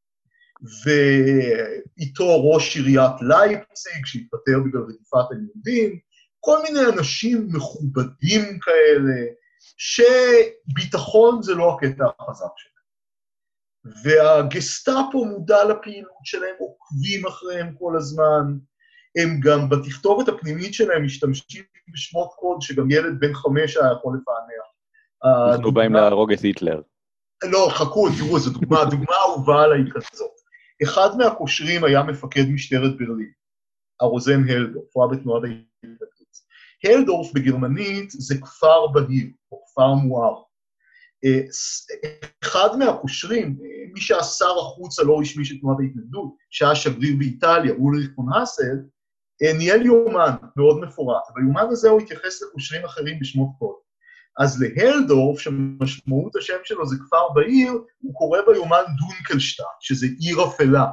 ואיתו ראש עיריית לייפציג שהתפטר בגלל רדיפת היהודים, כל מיני אנשים מכובדים כאלה, שביטחון זה לא הקטע החזק שלהם. והגסטאפו מודע לפעילות שלהם, עוקבים אחריהם כל הזמן, הם גם בתכתובת הפנימית שלהם משתמשים בשמות קוד, שגם ילד בן חמש היה יכול לפענח. אנחנו באים להרוג את היטלר. לא, חכו, תראו, זו דוגמה, דוגמה אהובה עליי כזאת. אחד מהקושרים היה מפקד משטרת ברלין, הרוזן הלדורף, הוא היה בתנועת ההתנגדות. הלדורף בגרמנית זה כפר בהיר, או כפר מואר. אחד מהקושרים, מי שהיה שר החוץ הלא רשמי של תנועת ההתנגדות, שהיה שגריר באיטליה, אולריך פון האסל, ניהל יומן מאוד מפורט, והיומן הזה הוא התייחס לקושרים אחרים בשמות קוד. אז להלדורף, שמשמעות השם שלו זה כפר בעיר, הוא קורא ביומן דונקלשטאט, שזה עיר אפלה.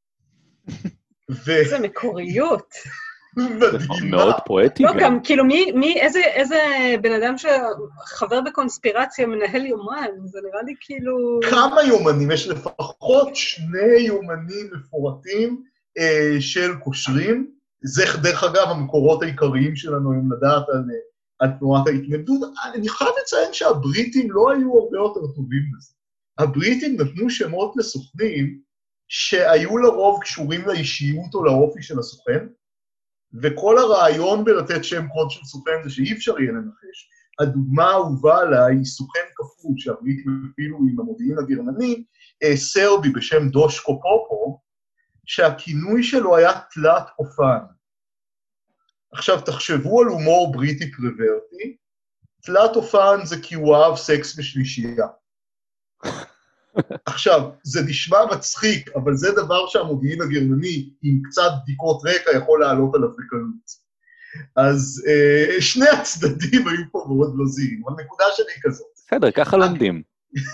איזה מקוריות. מאוד פואטי. לא, גם, כאילו, מי, מי, איזה, איזה בן אדם שחבר בקונספירציה מנהל יומן, זה נראה לי כאילו... כמה יומנים, יש לפחות שני יומנים מפורטים אה, של קושרים, זה דרך אגב המקורות העיקריים שלנו, אם לדעת על, על תנועת ההתנגדות, אני חייב לציין שהבריטים לא היו הרבה יותר טובים בזה. הבריטים נתנו שמות לסוכנים שהיו לרוב קשורים לאישיות או לאופי של הסוכן, וכל הרעיון בלתת שם קוד של סוכן זה שאי אפשר יהיה לנחש. הדוגמה האהובה עליי היא סוכן כפול שהבריטים הפעילו עם המודיעין הגרמני, סרבי בשם דושקו פופו, שהכינוי שלו היה תלת אופן. עכשיו תחשבו על הומור בריטי קרוורטי, תלת אופן זה כי הוא אהב סקס בשלישייה. עכשיו, זה נשמע מצחיק, אבל זה דבר שהמודיעין הגרמני, עם קצת בדיקות רקע, יכול לעלות עליו בקלות. אז אה, שני הצדדים היו פה מאוד לא זהים, אבל נקודה שלי כזאת. בסדר, ככה לומדים.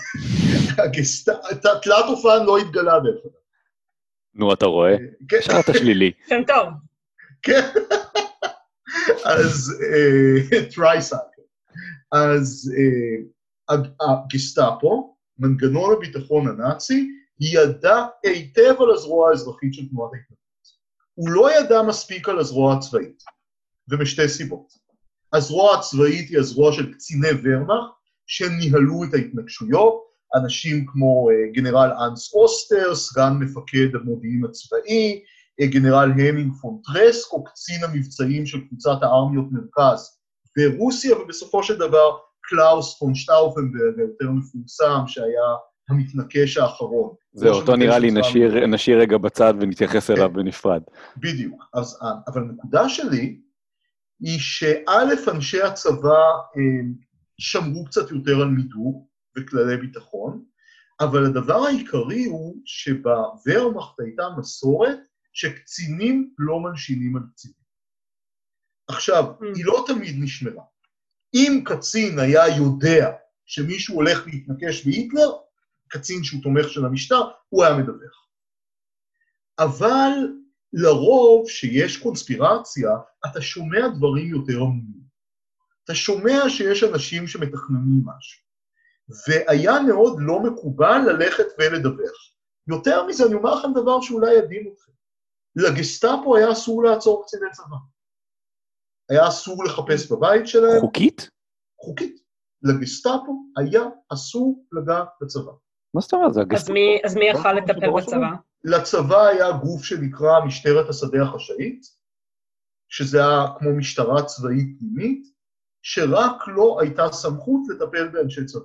תלת אופן לא התגלה דרך אגב. נו, אתה רואה? שארת שלילי. שם טוב. כן. אז, טרייסייקל. אז הגסטאפו, מנגנון הביטחון הנאצי, ידע היטב על הזרוע האזרחית של תנועת ההתנגדות. הוא לא ידע מספיק על הזרוע הצבאית, ומשתי סיבות. הזרוע הצבאית היא הזרוע של קציני ורמאכט, שניהלו את ההתנגשויות, אנשים כמו גנרל אנס אוסטר, סגן מפקד המודיעין הצבאי, גנרל המינג פון טרסקו, קצין המבצעים של קבוצת הארמיות מרכז ברוסיה, ובסופו של דבר קלאוס פון שטאופנברג, היותר מפורסם, שהיה המתנקש האחרון. זהו, אותו נראה לי נשאיר, נשאיר רגע בצד ונתייחס אליו בנפרד. בדיוק. אז, אבל הנקודה שלי היא שא' אנשי הצבא שמרו קצת יותר על מידור וכללי ביטחון, אבל הדבר העיקרי הוא שבוורמאכט הייתה מסורת שקצינים לא מלשינים על קצינים. עכשיו, היא לא תמיד נשמרה. אם קצין היה יודע שמישהו הולך להתנקש בהיטלר, קצין שהוא תומך של המשטר, הוא היה מדווח. אבל לרוב שיש קונספירציה, אתה שומע דברים יותר עמומים. אתה שומע שיש אנשים שמתכננים משהו. והיה מאוד לא מקובל ללכת ולדווח. יותר מזה, אני אומר לכם דבר שאולי ידעים אתכם. לגסטאפו היה אסור לעצור קציני צבא. היה אסור לחפש בבית שלהם. חוקית? חוקית. לגסטאפו היה אסור לגעת בצבא. מה זאת אומרת? זה הגסטאפו. אז מי יכל לטפל בצבא? לצבא היה גוף שנקרא משטרת השדה החשאית, שזה היה כמו משטרה צבאית פנימית, שרק לא הייתה סמכות לטפל באנשי צבא.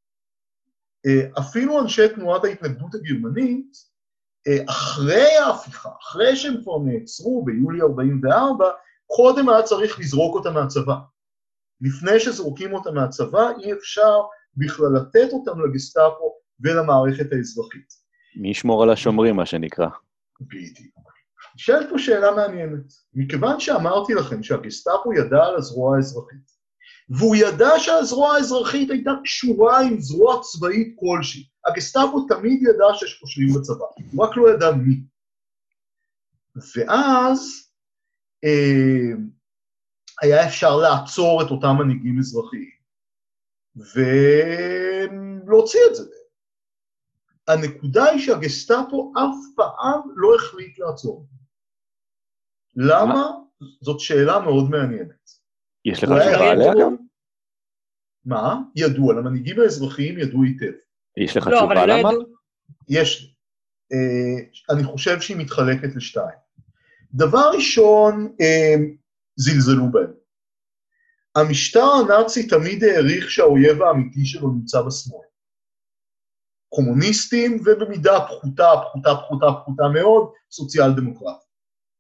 אפילו אנשי תנועת ההתנגדות הגרמנית, אחרי ההפיכה, אחרי שהם כבר נעצרו ביולי ארבעים וארבע, קודם היה צריך לזרוק אותם מהצבא. לפני שזרוקים אותם מהצבא, אי אפשר בכלל לתת אותם לגסטאפו ולמערכת האזרחית. מי ישמור על השומרים, מה שנקרא? בדיוק. שאלת פה שאלה מעניינת. מכיוון שאמרתי לכם שהגסטאפו ידע על הזרוע האזרחית, והוא ידע שהזרוע האזרחית הייתה קשורה עם זרוע צבאית כלשהי. הגסטאפו תמיד ידע שיש קושרים בצבא, הוא רק לא ידע מי. ואז אה, היה אפשר לעצור את אותם מנהיגים אזרחיים, ולהוציא את זה. הנקודה היא שהגסטאפו אף פעם לא החליט לעצור. למה? זאת שאלה מאוד מעניינת. יש לך תשובה עליה גם? מה? ידעו, על המנהיגים האזרחיים ידעו היטב. יש לך תשובה למה? יש. אני חושב שהיא מתחלקת לשתיים. דבר ראשון, זלזלו בהם. המשטר הנאצי תמיד העריך שהאויב האמיתי שלו נמצא בשמאל. קומוניסטים, ובמידה פחותה, פחותה, פחותה, פחותה מאוד, סוציאל דמוקרטים.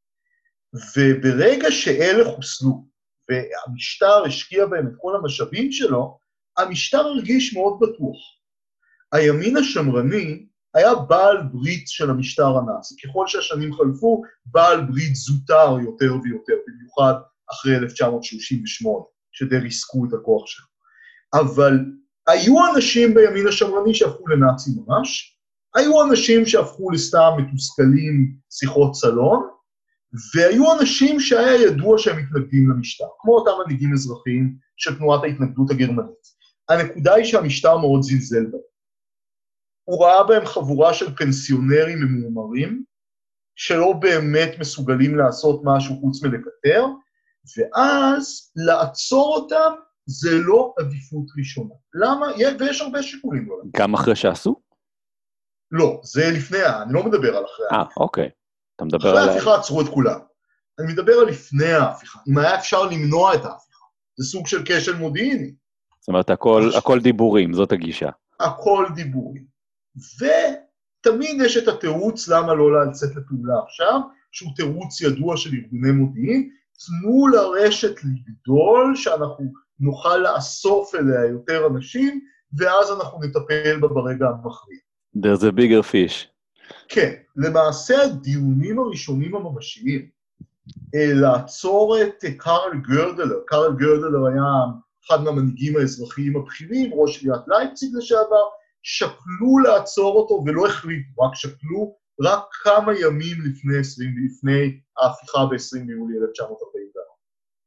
וברגע שאלה חוסלו, והמשטר השקיע בהם את כל המשאבים שלו, המשטר הרגיש מאוד בטוח. הימין השמרני היה בעל ברית של המשטר הנאצי. ככל שהשנים חלפו, בעל ברית זוטר יותר ויותר, במיוחד אחרי אלף תשע מאות שלושים ושמונה, שדי ריסקו את הכוח שלו. אבל היו אנשים בימין השמרני שהפכו לנאצים ממש, היו אנשים שהפכו לסתם מתוסכלים שיחות סלון, והיו אנשים שהיה ידוע שהם מתנגדים למשטר, כמו אותם מנהיגים אזרחיים של תנועת ההתנגדות הגרמנית. הנקודה היא שהמשטר מאוד זלזל בהם. הוא ראה בהם חבורה של פנסיונרים ממורמרים, שלא באמת מסוגלים לעשות משהו חוץ מלקטר, ואז לעצור אותם זה לא עדיפות ראשונה. למה? ויש הרבה שיקולים. גם אחרי שעשו? לא, זה לפני, אני לא מדבר על אחרי. אה, אוקיי. אתה מדבר אחרי על... ההפיכה עצרו את כולם. אני מדבר על לפני ההפיכה. אם היה אפשר למנוע את ההפיכה. זה סוג של כשל מודיעיני. זאת אומרת, הכל, הכל דיבורים, זאת הגישה. הכל דיבורים. ותמיד יש את התירוץ למה לא לצאת לפעולה עכשיו, שהוא תירוץ ידוע של ארגוני מודיעין, תנו לרשת לגדול, שאנחנו נוכל לאסוף אליה יותר אנשים, ואז אנחנו נטפל בה ברגע המכריע. There's a bigger fish. כן, למעשה הדיונים הראשונים הממשיים, לעצור את קארל גרדלר, קארל גרדלר היה אחד מהמנהיגים האזרחיים הבכירים, ראש עיריית לייפציג לשעבר, שקלו לעצור אותו ולא החליטו, רק שקלו רק כמה ימים לפני, לפני ההפיכה ב-עשרים ביולי אלף תשע מאות ארבעים וארבע.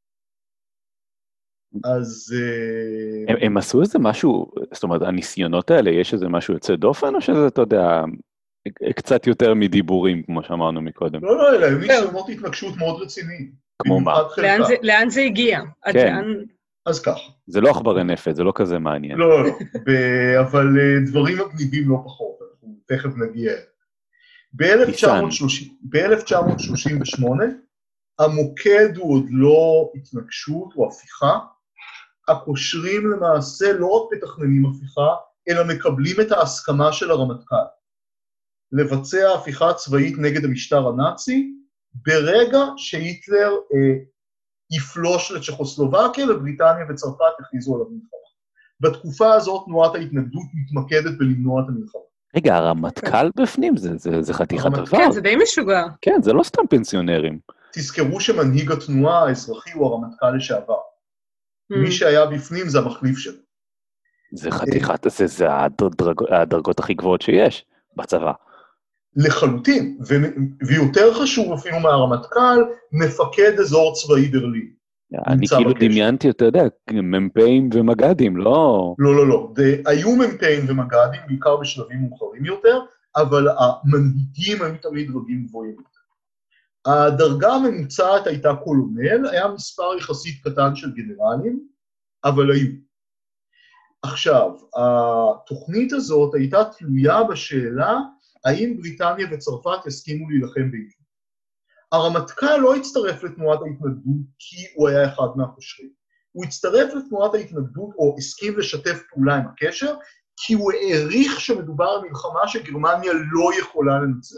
אז... הם, הם עשו איזה משהו, זאת אומרת, הניסיונות האלה, יש איזה משהו יוצא דופן, או שזה, אתה יודע, קצת יותר מדיבורים, כמו שאמרנו מקודם? לא, לא, אלא, הם ניסיונות התנגשות מאוד רציניים. כמו מה? לאן זה, לאן זה הגיע? כן. לאן... אז ככה. זה לא עכברי נפץ, זה לא כזה מעניין. לא, לא, ב- אבל דברים מגניבים לא פחות, אנחנו תכף נגיע. ב-אלף תשע מאות שלושים ושמונה, המוקד הוא עוד לא התנגשות, הוא הפיכה, הקושרים למעשה לא רק מתכננים הפיכה, אלא מקבלים את ההסכמה של הרמטכ"ל, לבצע הפיכה צבאית נגד המשטר הנאצי, ברגע שהיטלר אה, יפלוש לצ'כוסלובקיה, לבריטניה וצרפת הכריזו עליו מלחמה. בתקופה הזאת תנועת ההתנגדות מתמקדת בלמנוע את המלחמה. רגע, הרמטכ"ל בפנים, זה, זה, זה חתיכת דבר. כן, זה די משוגע. כן, זה לא סתם פנסיונרים. תזכרו שמנהיג התנועה האזרחי הוא הרמטכ"ל לשעבר. מי שהיה בפנים זה המחליף שלו. זה חתיכת, זה, זה הדרג, הדרגות הכי גבוהות שיש בצבא. לחלוטין, ו- ויותר חשוב אפילו מהרמטכ"ל, מפקד אזור צבאי ברלין. אני כאילו דמיינתי, אתה יודע, ממפאים ומגדים, לא... לא, לא, לא. דה, היו ממפאים ומגדים, בעיקר בשלבים מאוחרים יותר, אבל המנהיגים היו תמיד דרגים גבוהים יותר. הדרגה הממוצעת הייתה קולונל, היה מספר יחסית קטן של גנרלים, אבל היו. עכשיו, התוכנית הזאת הייתה תלויה בשאלה, האם בריטניה וצרפת יסכימו להילחם בהיטלר. הרמטכ"ל לא הצטרף לתנועת ההתנגדות כי הוא היה אחד מהקושרים. הוא הצטרף לתנועת ההתנגדות או הסכים לשתף פעולה עם הקשר, כי הוא העריך שמדובר על מלחמה שגרמניה לא יכולה לנצח.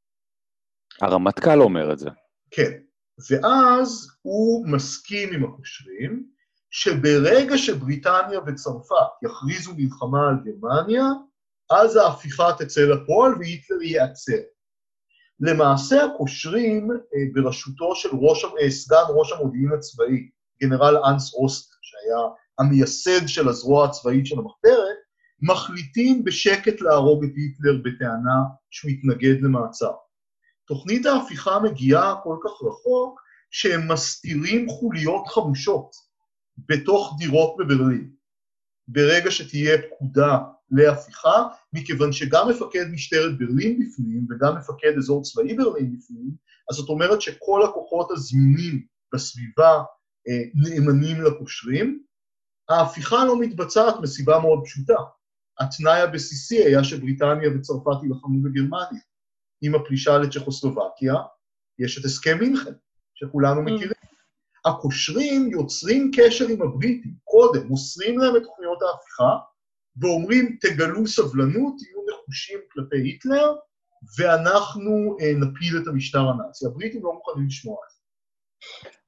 הרמטכ"ל אומר את זה. כן, ואז הוא מסכים עם הקושרים, שברגע שבריטניה וצרפת יכריזו מלחמה על גרמניה, אז ההפיכה תצא לפועל והיטלר ייעצר. למעשה הקושרים בראשותו של ראש, סגן ראש המודיעין הצבאי, גנרל אנס אוסטר, שהיה המייסד של הזרוע הצבאית של המחתרת, מחליטים בשקט להרוג את היטלר בטענה שהוא התנגד למעצר. תוכנית ההפיכה מגיעה כל כך רחוק, שהם מסתירים חוליות חמושות בתוך דירות בברלין. ברגע שתהיה פקודה להפיכה, מכיוון שגם מפקד משטרת ברלין בפנים, וגם מפקד אזור צבאי ברלין בפנים, אז זאת אומרת שכל הכוחות הזמינים בסביבה אה, נאמנים לקושרים, ההפיכה לא מתבצעת מסיבה מאוד פשוטה. התנאי הבסיסי היה שבריטניה וצרפת ילחמו בגרמניה. עם הפלישה לצ'כוסלובקיה, יש את הסכם מינכן, שכולנו מכירים. הקושרים יוצרים קשר עם הבריטים, קודם, מוסרים להם את תוכניות ההפיכה, ואומרים, תגלו סבלנות, תהיו נחושים כלפי היטלר, ואנחנו אה, נפיל את המשטר הנאצי. הבריטים לא מוכנים לשמוע את זה.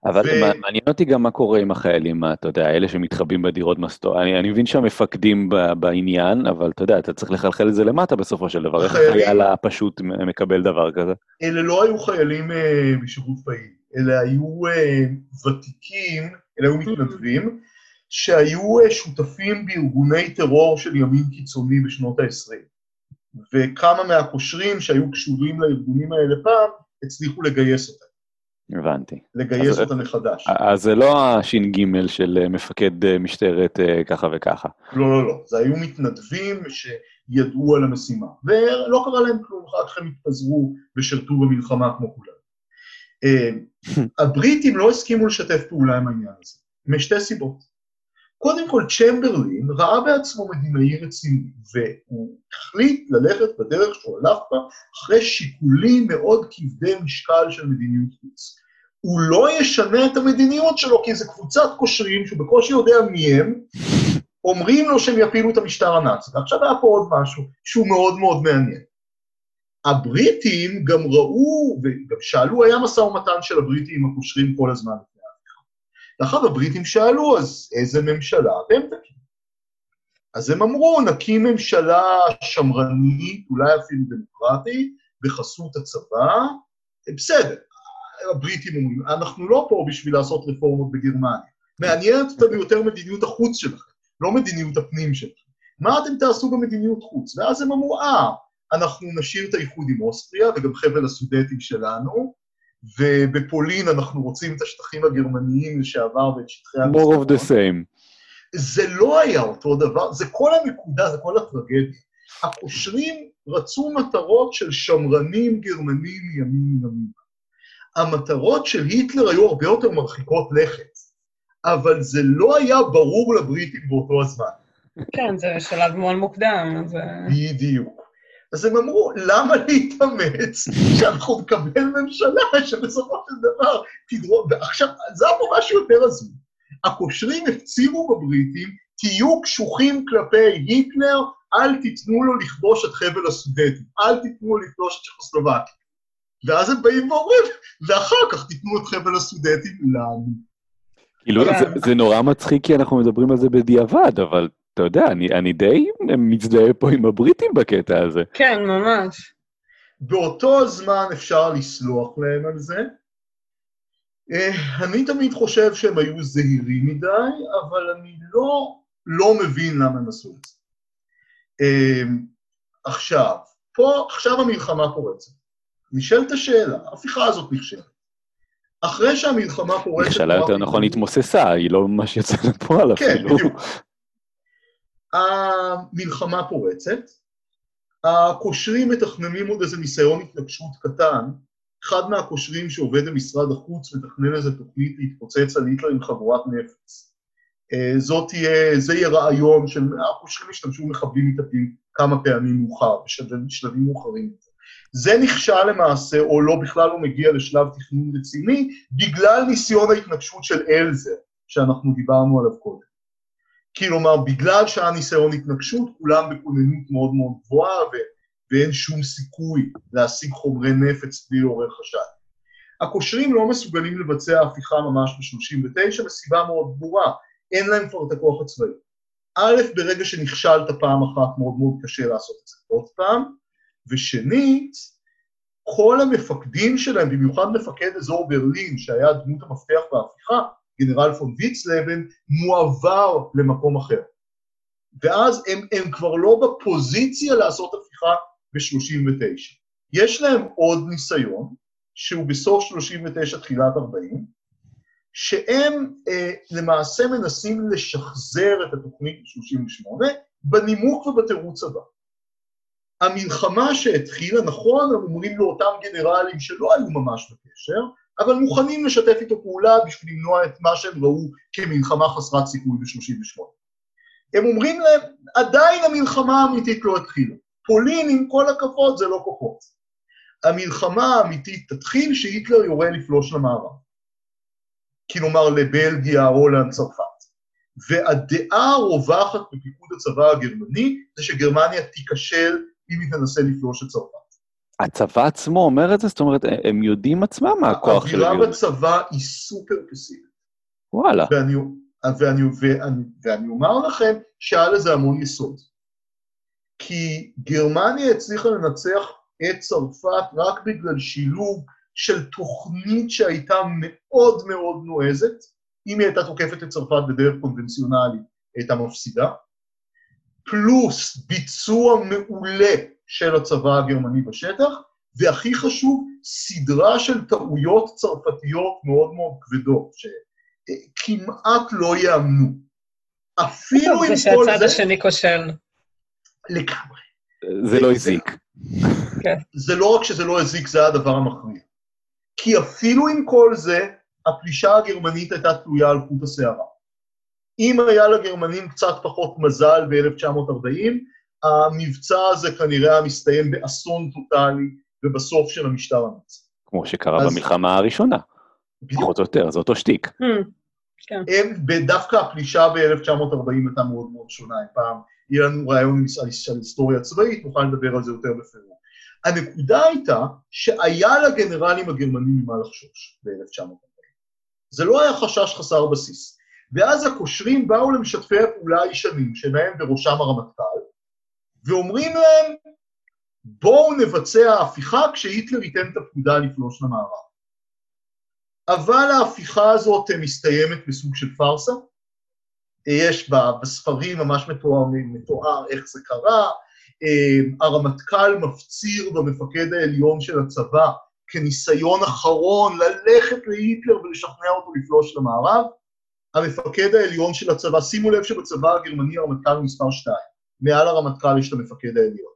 אבל ו... מעניין אותי גם מה קורה עם החיילים, אתה יודע, אלה שמתחבאים בדירות מסתור. אני, אני מבין שהמפקדים בעניין, אבל אתה יודע, אתה צריך לחלחל את זה למטה בסופו של דבר. החיילים... איך החייל הפשוט מקבל דבר כזה? אלה לא היו חיילים uh, בשירות פעיל, אלה היו uh, ותיקים, אלה היו מתנדבים, שהיו uh, שותפים בארגוני טרור של ימין קיצוני בשנות ה-עשרים. וכמה מהקושרים שהיו קשורים לארגונים האלה פעם, הצליחו לגייס אותם. הבנתי. לגייס אותה מחדש. אז זה לא הש"ג של מפקד משטרת ככה וככה. לא, לא, לא. זה היו מתנדבים שידעו על המשימה. ולא קרה להם כלום, אחר כך הם התפזרו ושרתו במלחמה כמו כולם. הבריטים לא הסכימו לשתף פעולה עם העניין הזה, משתי סיבות. קודם כל, צ'מברלין ראה בעצמו מדינאי רציני, והוא החליט ללכת בדרך שהוא הלך בה, אחרי שיקולים מאוד כבדי משקל של מדיניות חוץ. הוא לא ישנה את המדיניות שלו, כי זה קבוצת קושרים, שהוא בקושי יודע מי הם, אומרים לו שהם יפילו את המשטר הנאצי. עכשיו היה פה עוד משהו, שהוא מאוד מאוד מעניין. הבריטים גם ראו, וגם שאלו, היה משא ומתן של הבריטים עם הקושרים כל הזמן. לאחר הבריטים שאלו, אז איזה ממשלה אתם תקים? אז הם אמרו, נקים ממשלה שמרנית, אולי אפילו דמוקרטית, בחסות הצבא, בסדר. הבריטים אומרים, אנחנו לא פה בשביל לעשות רפורמות בגרמניה. מעניינת אותנו יותר מדיניות החוץ שלכם, לא מדיניות הפנים שלכם. מה אתם תעשו במדיניות חוץ? ואז הם אמרו, אה, אנחנו נשאיר את האיחוד עם אוסטריה, וגם חבל הסודטים שלנו, ובפולין אנחנו רוצים את השטחים הגרמניים לשעבר ואת שטחי המסתרות. More of the same. זה לא היה אותו דבר, זה כל הנקודה, זה כל הטרגדיה. הקושרים רצו מטרות של שמרנים גרמנים ימין ימין. המטרות של היטלר היו הרבה יותר מרחיקות לכת, אבל זה לא היה ברור לבריטים באותו הזמן. כן, זה שלב מאוד מוקדם. זה... בדיוק. אז הם אמרו, למה להתאמץ שאנחנו נקבל ממשלה שבסופו של דבר תדרום, ועכשיו, זה היה פה משהו יותר הזוי. הקושרים הפצירו בבריטים, תהיו קשוחים כלפי היטלר, אל תיתנו לו לכבוש את חבל הסודטים, אל תיתנו לו לכבוש את צ'כוסלובקיה. ואז הם באים ואומרים, ואחר כך תיתנו את חבל הסודטים לנו. כאילו, זה נורא מצחיק כי אנחנו מדברים על זה בדיעבד, אבל... אתה יודע, אני, אני די מצדעה פה עם הבריטים בקטע הזה. כן, ממש. באותו זמן אפשר לסלוח להם על זה. אני תמיד חושב שהם היו זהירים מדי, אבל אני לא, לא מבין למה הם עשו את זה. עכשיו, פה, עכשיו המלחמה פורצת. נשאלת השאלה, ההפיכה הזאת נכשלת. אחרי שהמלחמה פורצת... נכשלה יותר נכון התמוססה, היא לא ממש יצאה לפועל אפילו. כן, בדיוק. המלחמה פורצת, הקושרים מתכננים עוד איזה ניסיון התנגשות קטן, אחד מהקושרים שעובד במשרד החוץ מתכנן איזה תוכנית להתפוצץ על היטלר עם חבורת נפץ. זאת תהיה, זה יהיה רעיון של הקושרים השתמשו מחבלים מתאבדים כמה פעמים מאוחר, בשלבים מאוחרים. זה נכשל למעשה, או לא בכלל לא מגיע לשלב תכנון רציני, בגלל ניסיון ההתנגשות של אלזר, שאנחנו דיברנו עליו קודם. כלומר, בגלל שהיה ניסיון התנגשות, כולם בכוננות מאוד מאוד גבוהה, ו- ואין שום סיכוי להשיג חומרי נפץ בלי עורר חשד. הקושרים לא מסוגלים לבצע הפיכה ממש ב-שלושים ותשע, מסיבה מאוד ברורה, אין להם כבר את הכוח הצבאי. א', ברגע שנכשלת פעם אחת, מאוד מאוד קשה לעשות את זה עוד פעם, ושנית, כל המפקדים שלהם, במיוחד מפקד אזור ברלין, שהיה דמות המפתח בהפיכה, גנרל פון ויצלבן, מועבר למקום אחר. ואז הם, הם כבר לא בפוזיציה לעשות הפיכה ב-שלושים ותשע. יש להם עוד ניסיון, שהוא בסוף שלושים ותשע תחילת ארבעים, שהם אה, למעשה מנסים לשחזר את התוכנית ב-שלושים ושמונה, בנימוק ובתירוץ הבא. המלחמה שהתחילה, נכון, הם אומרים לאותם גנרלים שלא היו ממש בקשר, אבל מוכנים לשתף איתו פעולה בשביל למנוע את מה שהם ראו כמלחמה חסרת סיכוי ב-שלושים ושמונה. הם אומרים להם, עדיין המלחמה האמיתית לא התחילה. פולין, עם כל הכבוד, זה לא כוחות. המלחמה האמיתית תתחיל שהיטלר יורה לפלוש למערב. כלומר, לבלגיה, הולנד, צרפת. והדעה הרווחת בפיקוד הצבא הגרמני, זה שגרמניה תיכשל אם היא תנסה לפלוש את צרפת. הצבא עצמו אומר את זה? זאת אומרת, הם יודעים עצמם מה הכוח של האווירה בצבא היא סופר פסימית. וואלה. ואני, ואני, ואני, ואני אומר לכם שהיה לזה המון יסוד. כי גרמניה הצליחה לנצח את צרפת רק בגלל שילוב של תוכנית שהייתה מאוד מאוד נועזת, אם היא הייתה תוקפת את צרפת בדרך קונבנציונלית, הייתה מפסידה, פלוס ביצוע מעולה של הצבא הגרמני בשטח, והכי חשוב, סדרה של טעויות צרפתיות מאוד מאוד כבדות, שכמעט לא יאמנו. אפילו עם כל זה... זה שהצד השני כושל. לגמרי. זה לא הזיק. זה לא רק שזה לא הזיק, זה הדבר המכריע. כי אפילו עם כל זה, הפלישה הגרמנית הייתה תלויה על חוט השערה. אם היה לגרמנים קצת פחות מזל ב-אלף תשע מאות ארבעים, המבצע הזה כנראה היה מסתיים באסון טוטלי, ובסוף של המשטר הנאצי. כמו שקרה אז... במלחמה הראשונה. פחות או יותר, זה אותו שטיק. כן. הם, דווקא הפלישה ב-אלף תשע מאות ארבעים הייתה מאוד מאוד שונה. פעם יהיה לנו רעיון של היסטוריה צבאית, נוכל לדבר על זה יותר בפירוט. הנקודה הייתה שהיה לגנרלים הגרמנים ממה לחשוש ב-אלף תשע מאות ארבעים. זה לא היה חשש חסר בסיס. ואז הקושרים באו למשתפי הפעולה הישנים, שלהם בראשם הרמטכ"ל, ואומרים להם, בואו נבצע ההפיכה כשהיטלר ייתן את הפקודה לפלוש למערב. אבל ההפיכה הזאת מסתיימת בסוג של פרסה, יש בה בספרים ממש מתואר, מתואר איך זה קרה, הרמטכ"ל מפציר במפקד העליון של הצבא, כניסיון אחרון ללכת להיטלר ולשכנע אותו לפלוש למערב, המפקד העליון של הצבא, שימו לב שבצבא הגרמני הרמטכ"ל מספר שתיים, מעל הרמטכ"ל יש את המפקד העליון.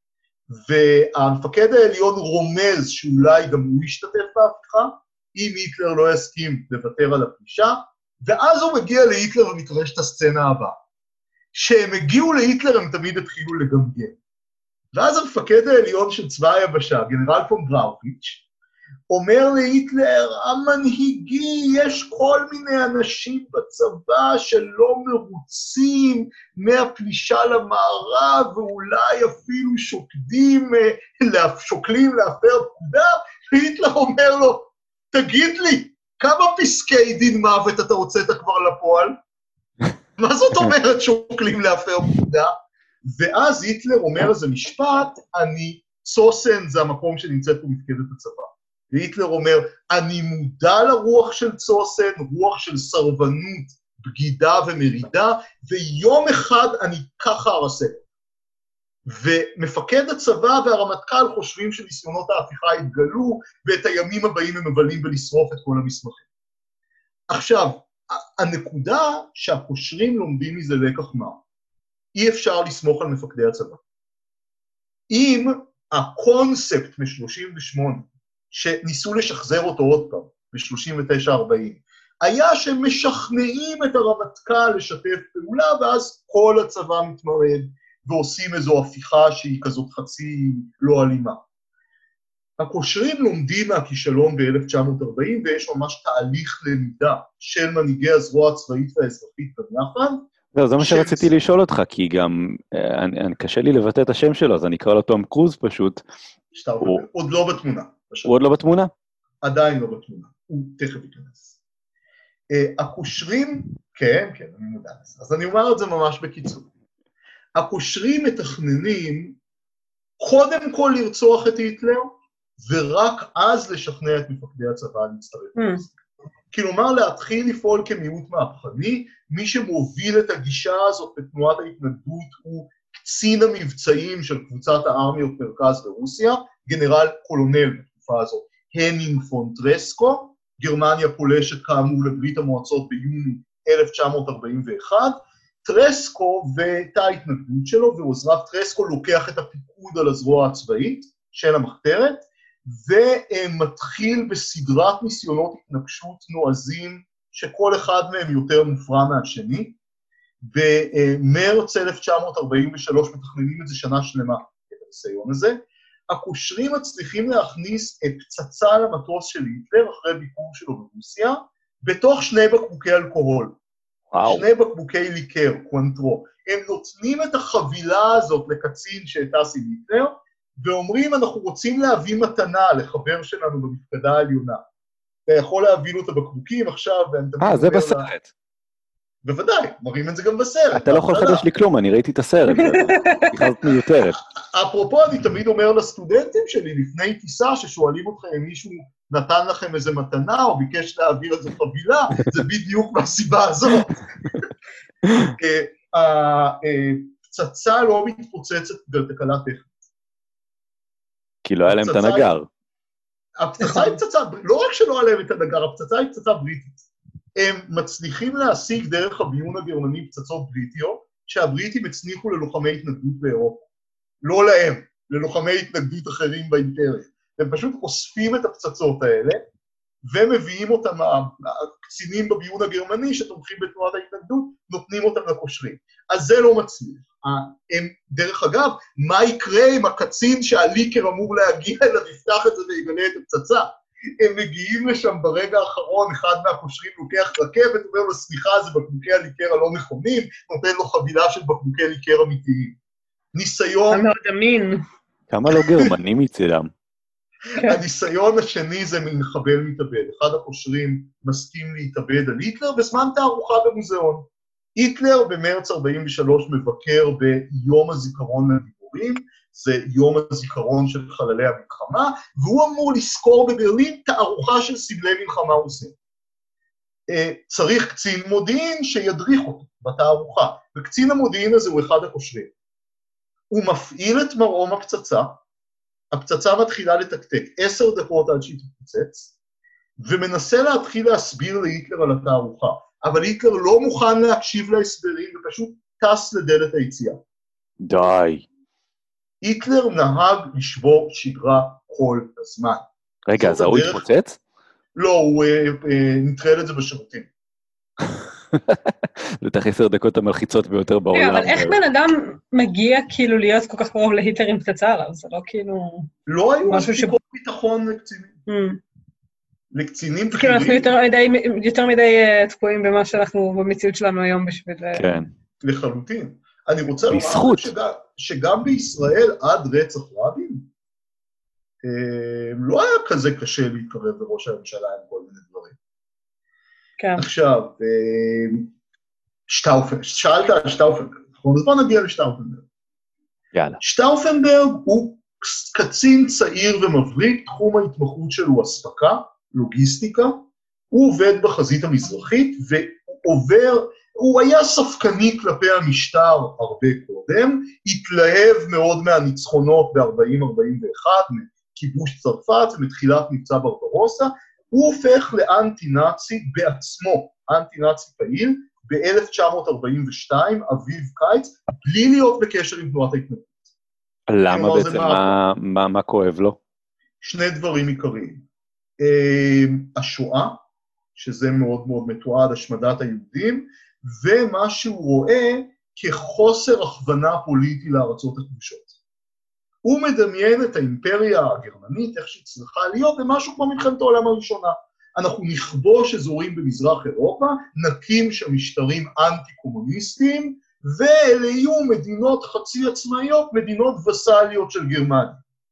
והמפקד העליון רומז שאולי גם הוא ישתתף בהפיכה, אם היטלר לא יסכים לוותר על הפלישה, ואז הוא מגיע להיטלר ומתרחש את הסצנה הבאה. כשהם הגיעו להיטלר הם תמיד התחילו לגמגם. ואז המפקד העליון של צבא היבשה, גנרל פון בראוביץ', אומר להיטלר, המנהיגי, יש כל מיני אנשים בצבא שלא מרוצים מהפלישה למערב, ואולי אפילו שוקדים, שוקלים להפר פקודה, והיטלר אומר לו, תגיד לי, כמה פסקי דין מוות אתה הוצאת כבר לפועל? מה זאת אומרת שוקלים להפר פקודה? ואז היטלר אומר איזה משפט, אני, צוסן זה המקום שנמצאת פה מפקדת הצבא. והיטלר אומר, אני מודע לרוח של צוסן, רוח של סרבנות, בגידה ומרידה, ויום אחד אני ככה ארסה. ומפקד הצבא והרמטכ"ל חושבים שניסיונות ההפיכה התגלו, ואת הימים הבאים הם מבלים בלשרוף את כל המסמכים. עכשיו, הנקודה שהקושרים לומדים מזה לקח מה, אי אפשר לסמוך על מפקדי הצבא. אם הקונספט מ-שלושים ושמונה, שניסו לשחזר אותו עוד פעם, ב-שלושים ותשע ארבעים, היה שמשכנעים את הרמטכ"ל לשתף פעולה, ואז כל הצבא מתמרד, ועושים איזו הפיכה שהיא כזאת חצי לא אלימה. הקושרים לומדים מהכישלון ב-אלף תשע מאות ארבעים, ויש ממש תהליך למידה של מנהיגי הזרוע הצבאית והאזרחית בנחל. זהו, זה מה שרציתי לשאול אותך, כי גם קשה לי לבטא את השם שלו, אז אני אקרא לו תום קרוז פשוט. עוד לא בתמונה. הוא עוד לא בתמונה? עדיין לא בתמונה, הוא תכף ייכנס. הקושרים, כן, כן, אני מודע לזה. אז אני אומר את זה ממש בקיצור. הקושרים מתכננים קודם כל לרצוח את היטלר, ורק אז לשכנע את מפקדי הצבא להצטרף. כלומר, להתחיל לפעול כמיעוט מהפכני, מי שמוביל את הגישה הזאת בתנועת ההתנגדות הוא קצין המבצעים של קבוצת הארמיות מרכז ברוסיה, גנרל קולונל בתקופה הזאת, הנינג פון טרסקו, גרמניה פולשת כאמור לברית המועצות ביוני אלף תשע מאות ארבעים ואחת, טרסקו ואת ההתנגדות שלו, ועוזריו טרסקו לוקח את הפיקוד על הזרוע הצבאית של המחתרת, ומתחיל בסדרת ניסיונות התנגשות נועזים, שכל אחד מהם יותר מופרע מהשני. במרץ אלף תשע מאות ארבעים ושלוש מתכננים את זה שנה שלמה, את הניסיון הזה. הקושרים מצליחים להכניס את פצצה למטוס של היטלר, אחרי ביקור שלו ברוסיה, בתוך שני בקבוקי אלכוהול. וואו. שני בקבוקי ליקר, קוונטרו. הם נותנים את החבילה הזאת לקצין שטס עם היטלר, ואומרים, אנחנו רוצים להביא מתנה לחבר שלנו במפקדה העליונה. אתה יכול להביא לו את הבקבוקים עכשיו, אה, זה בסרט. בוודאי, מראים את זה גם בסרט. אתה לא יכול לחדש לי כלום, אני ראיתי את הסרט, זה מיותרת. אפרופו, אני תמיד אומר לסטודנטים שלי, לפני טיסה, ששואלים אתכם אם מישהו נתן לכם איזה מתנה, או ביקש להעביר איזו חבילה, זה בדיוק מהסיבה הזאת. הפצצה לא מתפוצצת בתקלה טכנית. כי לא היה להם את הנגר. הפצצה היא פצצה, לא רק שלא היה להם את הנגר, הפצצה היא פצצה בריטית. הם מצליחים להשיג דרך הביון הגרמני פצצות בריטיות, שהבריטים הצניחו ללוחמי התנגדות באירופה. לא להם, ללוחמי התנגדות אחרים באימפריה. הם פשוט אוספים את הפצצות האלה, ומביאים אותם, הקצינים בביון הגרמני שתומכים בתנועת ההתנגדות, נותנים אותם לקושרים. אז זה לא מצליח. הם, דרך אגב, מה יקרה עם הקצין שהליקר אמור להגיע אליו, יפתח את זה ויגלה את הפצצה? הם מגיעים לשם ברגע האחרון, אחד מהקושרים לוקח רכבת, אומר לו, סליחה, זה בקבוקי הליקר הלא נכונים, נותן לו חבילה של בקבוקי ליקר אמיתיים. ניסיון... מאוד אמין. כמה לא גרמנים מצדם? הניסיון השני זה מחבל מתאבד. אחד הקושרים מסכים להתאבד על היטלר, בזמן תערוכה במוזיאון. היטלר במרץ ארבעים ושלוש מבקר ביום הזיכרון לגיבורים, זה יום הזיכרון של חללי המלחמה, והוא אמור לזכור בברלין תערוכה של סמלי מלחמה רוסים. צריך קצין מודיעין שידריך אותו בתערוכה, וקצין המודיעין הזה הוא אחד הקושרים. הוא מפעיל את מרעום הפצצה, הפצצה מתחילה לתקתק עשר דקות עד שהיא תתפוצץ, ומנסה להתחיל להסביר להיטלר על התערוכה, אבל היטלר לא מוכן להקשיב להסברים, ופשוט טס לדלת היציאה. די. היטלר נהג לשבור שגרה כל הזמן. רגע, אז הוא התפוצץ? לא, הוא נטרל את זה בשירותים. לתך עשר דקות המלחיצות ביותר בעולם. אבל איך בן אדם מגיע כאילו להיות כל כך קרוב להיטלר עם פצצה עליו? זה לא כאילו... לא היו מספיקות ביטחון לקצינים. לקצינים כאילו אנחנו יותר מדי תקועים במה שאנחנו במציאות שלנו היום בשביל... כן. לחלוטין. אני רוצה לומר שגם בישראל עד רצח רבין, לא היה כזה קשה להתקרב לראש הממשלה עם כל מיני דברים. כן. עכשיו, שטאופנברג, שאלת על שטאופנברג, נכון? אז בוא נגיע לשטאופנברג. יאללה. שטאופנברג הוא קצין צעיר ומבריק, תחום ההתמחות שלו הוא אספקה, לוגיסטיקה, הוא עובד בחזית המזרחית, והוא עובר, הוא היה ספקני כלפי המשטר הרבה קודם, התלהב מאוד מהניצחונות ב-ארבעים ארבעים ואחת, מכיבוש צרפת ומתחילת מבצע ברברוסה, הוא הופך לאנטי-נאצי בעצמו, אנטי-נאצי פעיל, ב-אלף תשע מאות ארבעים ושתיים, אביב קיץ, בלי להיות בקשר עם תנועת ההתנגדות. למה בעצם? מה, מה, מה כואב לו? שני דברים עיקריים. השואה, שזה מאוד מאוד מתועד, השמדת היהודים, ומה שהוא רואה כחוסר הכוונה פוליטי לארצות הכבושות. הוא מדמיין את האימפריה הגרמנית, איך שהיא צריכה להיות, במשהו כמו מלחמת העולם הראשונה. אנחנו נכבוש אזורים במזרח אירופה, נקים שם משטרים אנטי-קומוניסטיים, ואלה יהיו מדינות חצי עצמאיות, מדינות וסליות של גרמניה.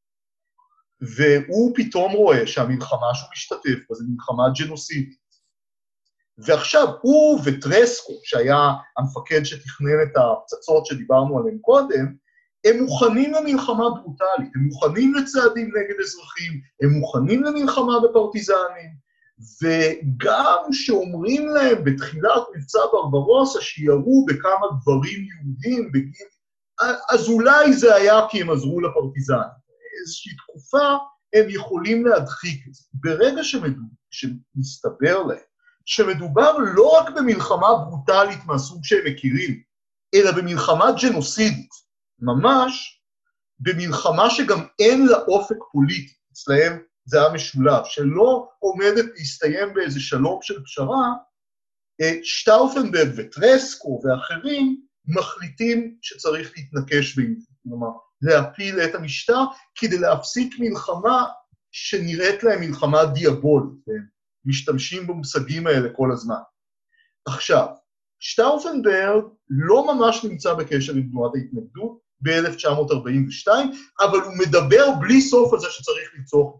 והוא פתאום רואה שהמלחמה שהוא משתתף בה, זה מלחמה ג'נוסידית. ועכשיו הוא וטרסקו, שהיה המפקד שתכנן את הפצצות שדיברנו עליהן קודם, הם מוכנים למלחמה ברוטלית, הם מוכנים לצעדים נגד אזרחים, הם מוכנים למלחמה בפרטיזנים, וגם שאומרים להם בתחילת מבצע ברברוסה שירו בכמה גברים יהודים בגיל, אז אולי זה היה כי הם עזרו לפרטיזנים. איזושהי תקופה הם יכולים להדחיק את זה. ברגע שמסתבר להם, שמדובר לא רק במלחמה ברוטלית מהסוג שהם מכירים, אלא במלחמה ג'נוסידית, ממש במלחמה שגם אין לה אופק פוליטי, אצלהם זה היה משולב, שלא עומדת להסתיים באיזה שלום של פשרה, שטאופנברג וטרסקו ואחרים מחליטים שצריך להתנקש בהם, כלומר, להפיל את המשטר, כדי להפסיק מלחמה שנראית להם מלחמה דיאבולית, והם משתמשים במושגים האלה כל הזמן. עכשיו, שטאופנברג לא ממש נמצא בקשר עם תנועת ההתנגדות, ב-אלף תשע מאות ארבעים ושתיים, אבל הוא מדבר בלי סוף על זה שצריך לצורך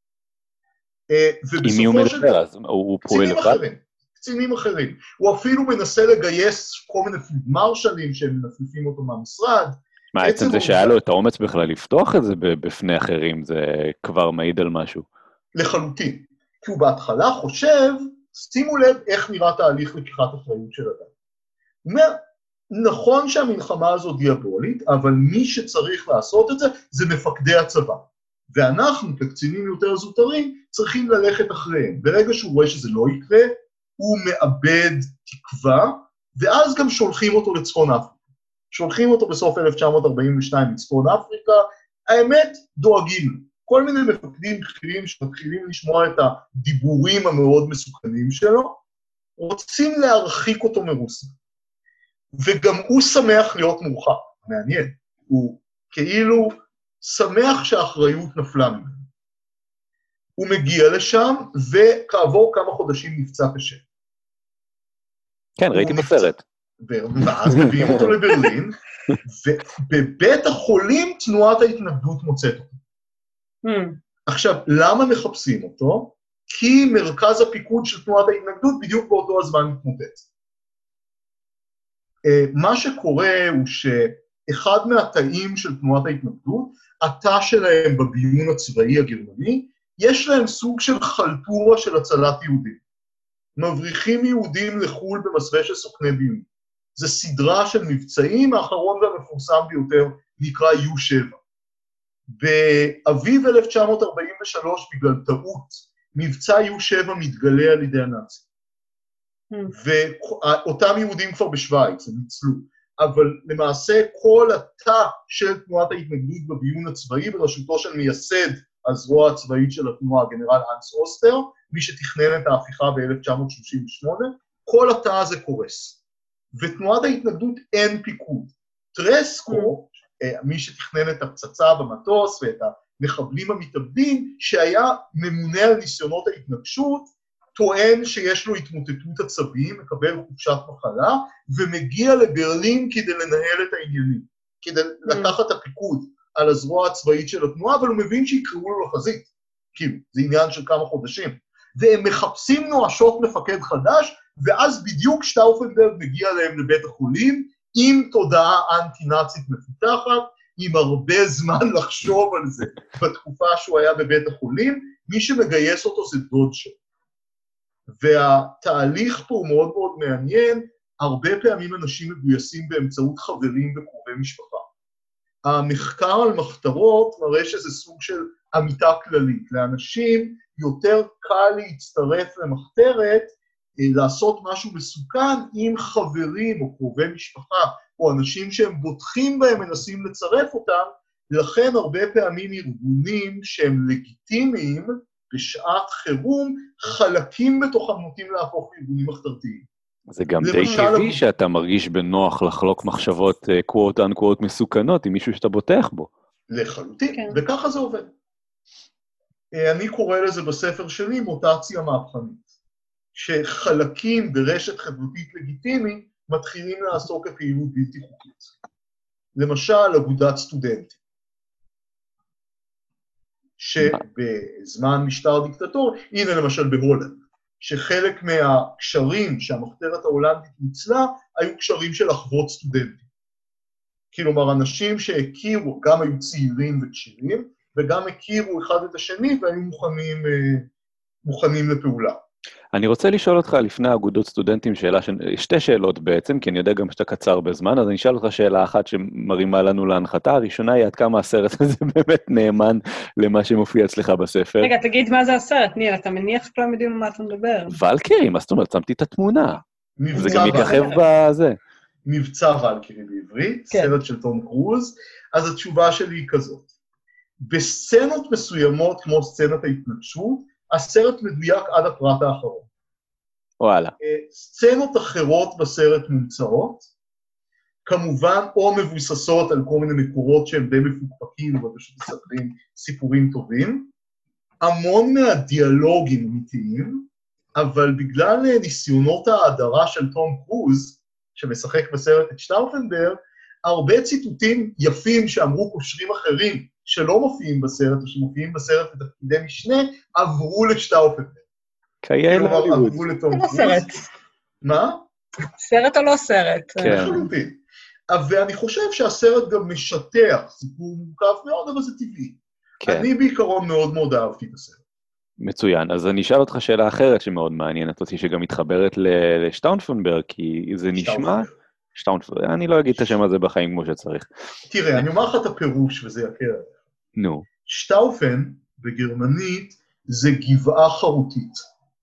עם מי הוא מדבר? אז הוא פועל לבד? קצינים אחרים. הוא אפילו מנסה לגייס כל מיני מרשלים שהם מנפנפים אותו מהמשרד. מה, עצם זה שהיה לו את האומץ בכלל לפתוח את זה בפני אחרים, זה כבר מעיד על משהו. לחלוטין. כי הוא בהתחלה חושב, שימו לב איך נראה תהליך לקיחת אחריות של אדם. הוא אומר, נכון שהמלחמה הזו דיאבולית, אבל מי שצריך לעשות את זה, זה מפקדי הצבא. ואנחנו, כקצינים יותר זוטרים, צריכים ללכת אחריהם. ברגע שהוא רואה שזה לא יקרה, הוא מאבד תקווה, ואז גם שולחים אותו לצפון אפריקה. שולחים אותו בסוף אלף תשע מאות ארבעים ושתיים לצפון אפריקה, האמת, דואגים. כל מיני מפקדים בכירים שמתחילים לשמוע את הדיבורים המאוד מסוכנים שלו, רוצים להרחיק אותו מרוסיה. וגם הוא שמח להיות מורחק, מעניין. הוא כאילו שמח שהאחריות נפלה ממנו. הוא מגיע לשם, וכעבור כמה חודשים נפצע קשה. כן, ראיתי בסרט. ואז מביאים אותו לברלין, ובבית החולים תנועת ההתנגדות מוצאת אותו. עכשיו, למה מחפשים אותו? כי מרכז הפיקוד של תנועת ההתנגדות בדיוק באותו הזמן מתמוטט. מה שקורה הוא שאחד מהתאים של תנועת ההתנגדות, התא שלהם בביון הצבאי הגרמני, יש להם סוג של חלטורה של הצלת יהודים. מבריחים יהודים לחול במסווה של סוכני ביון. זו סדרה של מבצעים, האחרון והמפורסם ביותר נקרא יו שבע. באביב אלף תשע מאות ארבעים ושלוש, בגלל טעות, מבצע יו שבע מתגלה על ידי הנאצים. ואותם יהודים כבר בשוויץ, הם ניצלו. אבל למעשה כל התא של תנועת ההתנגדות בביון הצבאי, בראשותו של מייסד הזרוע הצבאית של התנועה, הגנרל אנס אוסטר, מי שתכנן את ההפיכה ב-אלף תשע מאות שלושים ושמונה, כל התא הזה קורס. ותנועת ההתנגדות אין פיקוד. טרסקו, מי שתכנן את הפצצה במטוס ואת המחבלים המתאבדים, שהיה ממונה על ניסיונות ההתנגשות, טוען שיש לו התמוטטות עצבים, מקבל חופשת מחלה, ומגיע לברלין כדי לנהל את העניינים, כדי לקחת את הפיקוד על הזרוע הצבאית של התנועה, אבל הוא מבין שיקראו לו לחזית, כאילו, זה עניין של כמה חודשים. והם מחפשים נואשות מפקד חדש, ואז בדיוק שטאופנברג מגיע להם לבית החולים, עם תודעה אנטי-נאצית מפותחת, עם הרבה זמן לחשוב על זה בתקופה שהוא היה בבית החולים, מי שמגייס אותו זה דוד שלו. והתהליך פה הוא מאוד מאוד מעניין, הרבה פעמים אנשים מגויסים באמצעות חברים וקרובי משפחה. המחקר על מחתרות מראה שזה סוג של אמיתה כללית. לאנשים יותר קל להצטרף למחתרת, לעשות משהו מסוכן עם חברים או קרובי משפחה, או אנשים שהם בוטחים בהם מנסים לצרף אותם, לכן הרבה פעמים ארגונים שהם לגיטימיים, בשעת חירום, חלקים בתוכם נוטים להפוך לארגונים מחתרתיים. זה גם די טבעי שאתה מרגיש בנוח לחלוק מחשבות קוואט אנקוואט מסוכנות עם מישהו שאתה בוטח בו. לחלוטין, וככה זה עובד. אני קורא לזה בספר שלי מוטציה מהפכנית, שחלקים ברשת חברתית לגיטימית מתחילים לעסוק בפעילות בלתי חוקית. למשל, אגודת סטודנטים. שבזמן משטר דיקטטור, הנה למשל בהולנד, שחלק מהקשרים שהמחתרת ההולנדית ניצלה, היו קשרים של אחוות סטודנטים. כלומר, אנשים שהכירו, גם היו צעירים וקשירים, וגם הכירו אחד את השני, והיו מוכנים, מוכנים לפעולה. אני רוצה לשאול אותך לפני אגודות סטודנטים שאלה, שתי שאלות בעצם, כי אני יודע גם שאתה קצר בזמן, אז אני אשאל אותך שאלה אחת שמרימה לנו להנחתה, הראשונה היא עד כמה הסרט הזה באמת נאמן למה שמופיע אצלך בספר. רגע, תגיד מה זה הסרט, ניל, אתה מניח שכולם יודעים מה אתה מדבר. ולקירי, מה זאת אומרת? שמתי את התמונה. זה גם יככב בזה. מבצע ולקירי בעברית, סרט של תום קרוז, אז התשובה שלי היא כזאת. בסצנות מסוימות, כמו סצנת ההתנגשות, הסרט מדויק עד הפרט האחרון. וואלה. סצנות אחרות בסרט מומצאות, כמובן או מבוססות על כל מיני מקורות שהם די מפוקפקים, ופשוט מספרים סיפורים טובים, המון מהדיאלוגים אמיתיים, אבל בגלל ניסיונות ההדרה של תום קרוז, שמשחק בסרט את שטאופנברג, הרבה ציטוטים יפים שאמרו קושרים אחרים, שלא מופיעים בסרט, או שמופיעים בסרט בתפקידי משנה, עברו לשטאופלבר. כאלה הוליווד. עברו לתום לא קרוז. סרט. מה? סרט או לא סרט? כן. לחלוטין. ואני חושב שהסרט גם משטח, סיפור מורכב מאוד, אבל זה טבעי. כן. אני בעיקרון מאוד מאוד אהבתי את הסרט. מצוין. אז אני אשאל אותך שאלה אחרת שמאוד מעניינת אותי, שגם מתחברת לשטאופלבר, כי זה נשמע... שטאופלבר. אני לא אגיד את השם הזה בחיים כמו שצריך. תראה, אני אומר לך את הפירוש, וזה יקר. נו. שטאופן, בגרמנית, זה גבעה חרוטית.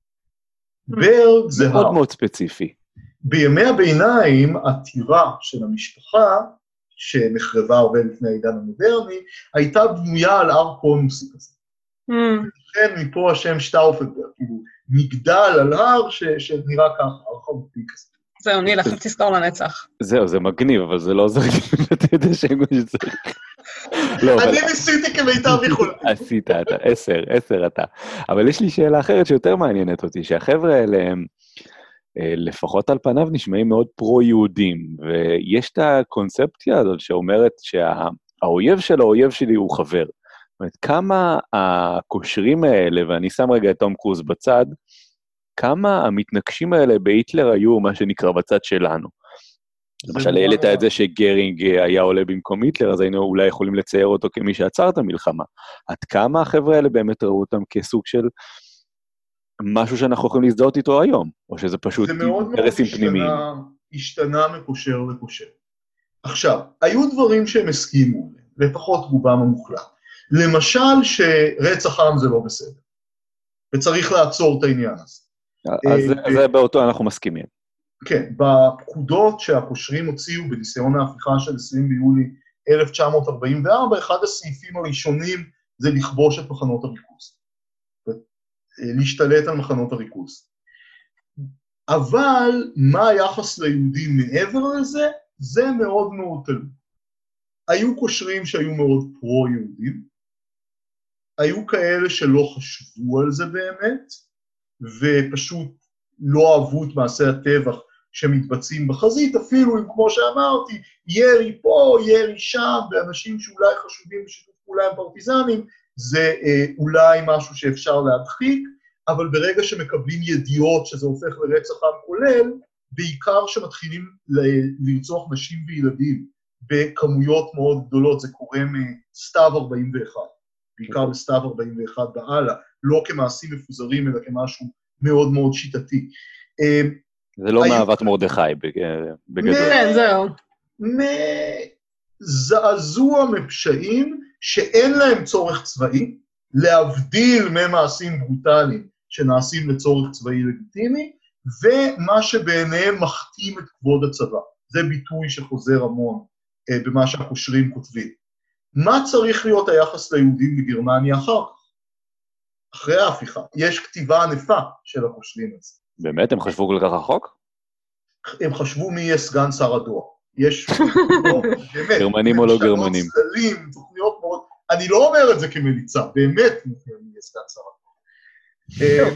ברג זה הר. מאוד מאוד ספציפי. בימי הביניים, הטירה של המשפחה, שנחרבה הרבה לפני העידן המודרני, הייתה בנויה על הר קונוסי כזה. ולכן מפה השם שטאופלבר, כאילו מגדל על הר ש, שנראה ככה, הר חרוטי כזה. זהו, ניל, עכשיו תזכור לנצח. זהו, זה מגניב, אבל זה לא עוזר לי לתת את השם כמו שצריך. אני ניסיתי כמיטב יכולתי. עשית אתה, עשר, עשר אתה. אבל יש לי שאלה אחרת שיותר מעניינת אותי, שהחבר'ה האלה הם, לפחות על פניו, נשמעים מאוד פרו-יהודים, ויש את הקונספציה הזאת שאומרת שהאויב של האויב שלי הוא חבר. זאת אומרת, כמה הקושרים האלה, ואני שם רגע את תום קרוז בצד, כמה המתנגשים האלה בהיטלר היו מה שנקרא בצד שלנו. למשל, העלית את זה שגרינג היה עולה במקום היטלר, אז היינו אולי יכולים לצייר אותו כמי שעצר את המלחמה. עד כמה החבר'ה האלה באמת ראו אותם כסוג של משהו שאנחנו יכולים להזדהות איתו היום, או שזה פשוט אינטרסים פנימיים? זה מאוד מאוד השתנה מקושר לקושר. עכשיו, היו דברים שהם הסכימו, לפחות רובם המוחלט. למשל שרצח עם זה לא בסדר, וצריך לעצור את העניין הזה. אז זה באותו אנחנו מסכימים. כן, בפקודות שהקושרים הוציאו בניסיון ההפיכה של עשרים ביולי אלף תשע מאות ארבעים וארבע, אחד הסעיפים הראשונים זה לכבוש את מחנות הריכוז, להשתלט על מחנות הריכוז. אבל מה היחס ליהודים מעבר לזה? זה מאוד מאוד תלוי. היו קושרים שהיו מאוד פרו-יהודים, היו כאלה שלא חשבו על זה באמת, ופשוט לא אהבו את מעשי הטבח שמתבצעים בחזית, אפילו אם, כמו שאמרתי, ירי פה, ירי שם, באנשים שאולי חשודים בשיתוף פעולה עם פרטיזנים, זה אה, אולי משהו שאפשר להדחיק, אבל ברגע שמקבלים ידיעות שזה הופך לרצח עם כולל, בעיקר שמתחילים לרצוח נשים וילדים בכמויות מאוד גדולות, זה קורה מסתיו ארבעים ואחת, בעיקר בסתיו ארבעים ואחת בעלה, לא כמעשים מפוזרים, אלא כמשהו מאוד מאוד שיטתי. זה לא מאהבת מרדכי בגדול. כן, זהו. זעזוע מפשעים שאין להם צורך צבאי, להבדיל ממעשים ברוטליים שנעשים לצורך צבאי לגיטימי, ומה שבעיניהם מכתים את כבוד הצבא. זה ביטוי שחוזר המון במה שהקושרים כותבים. מה צריך להיות היחס ליהודים בגרמניה אחר כך? אחרי ההפיכה. יש כתיבה ענפה של הקושרים הזה. באמת? הם חשבו כל כך רחוק? הם חשבו מי יהיה סגן שר הדואר. יש... גרמנים או לא גרמנים. סגלים, תוכניות מאוד... אני לא אומר את זה כמליצה, באמת מי יהיה סגן שר הדואר.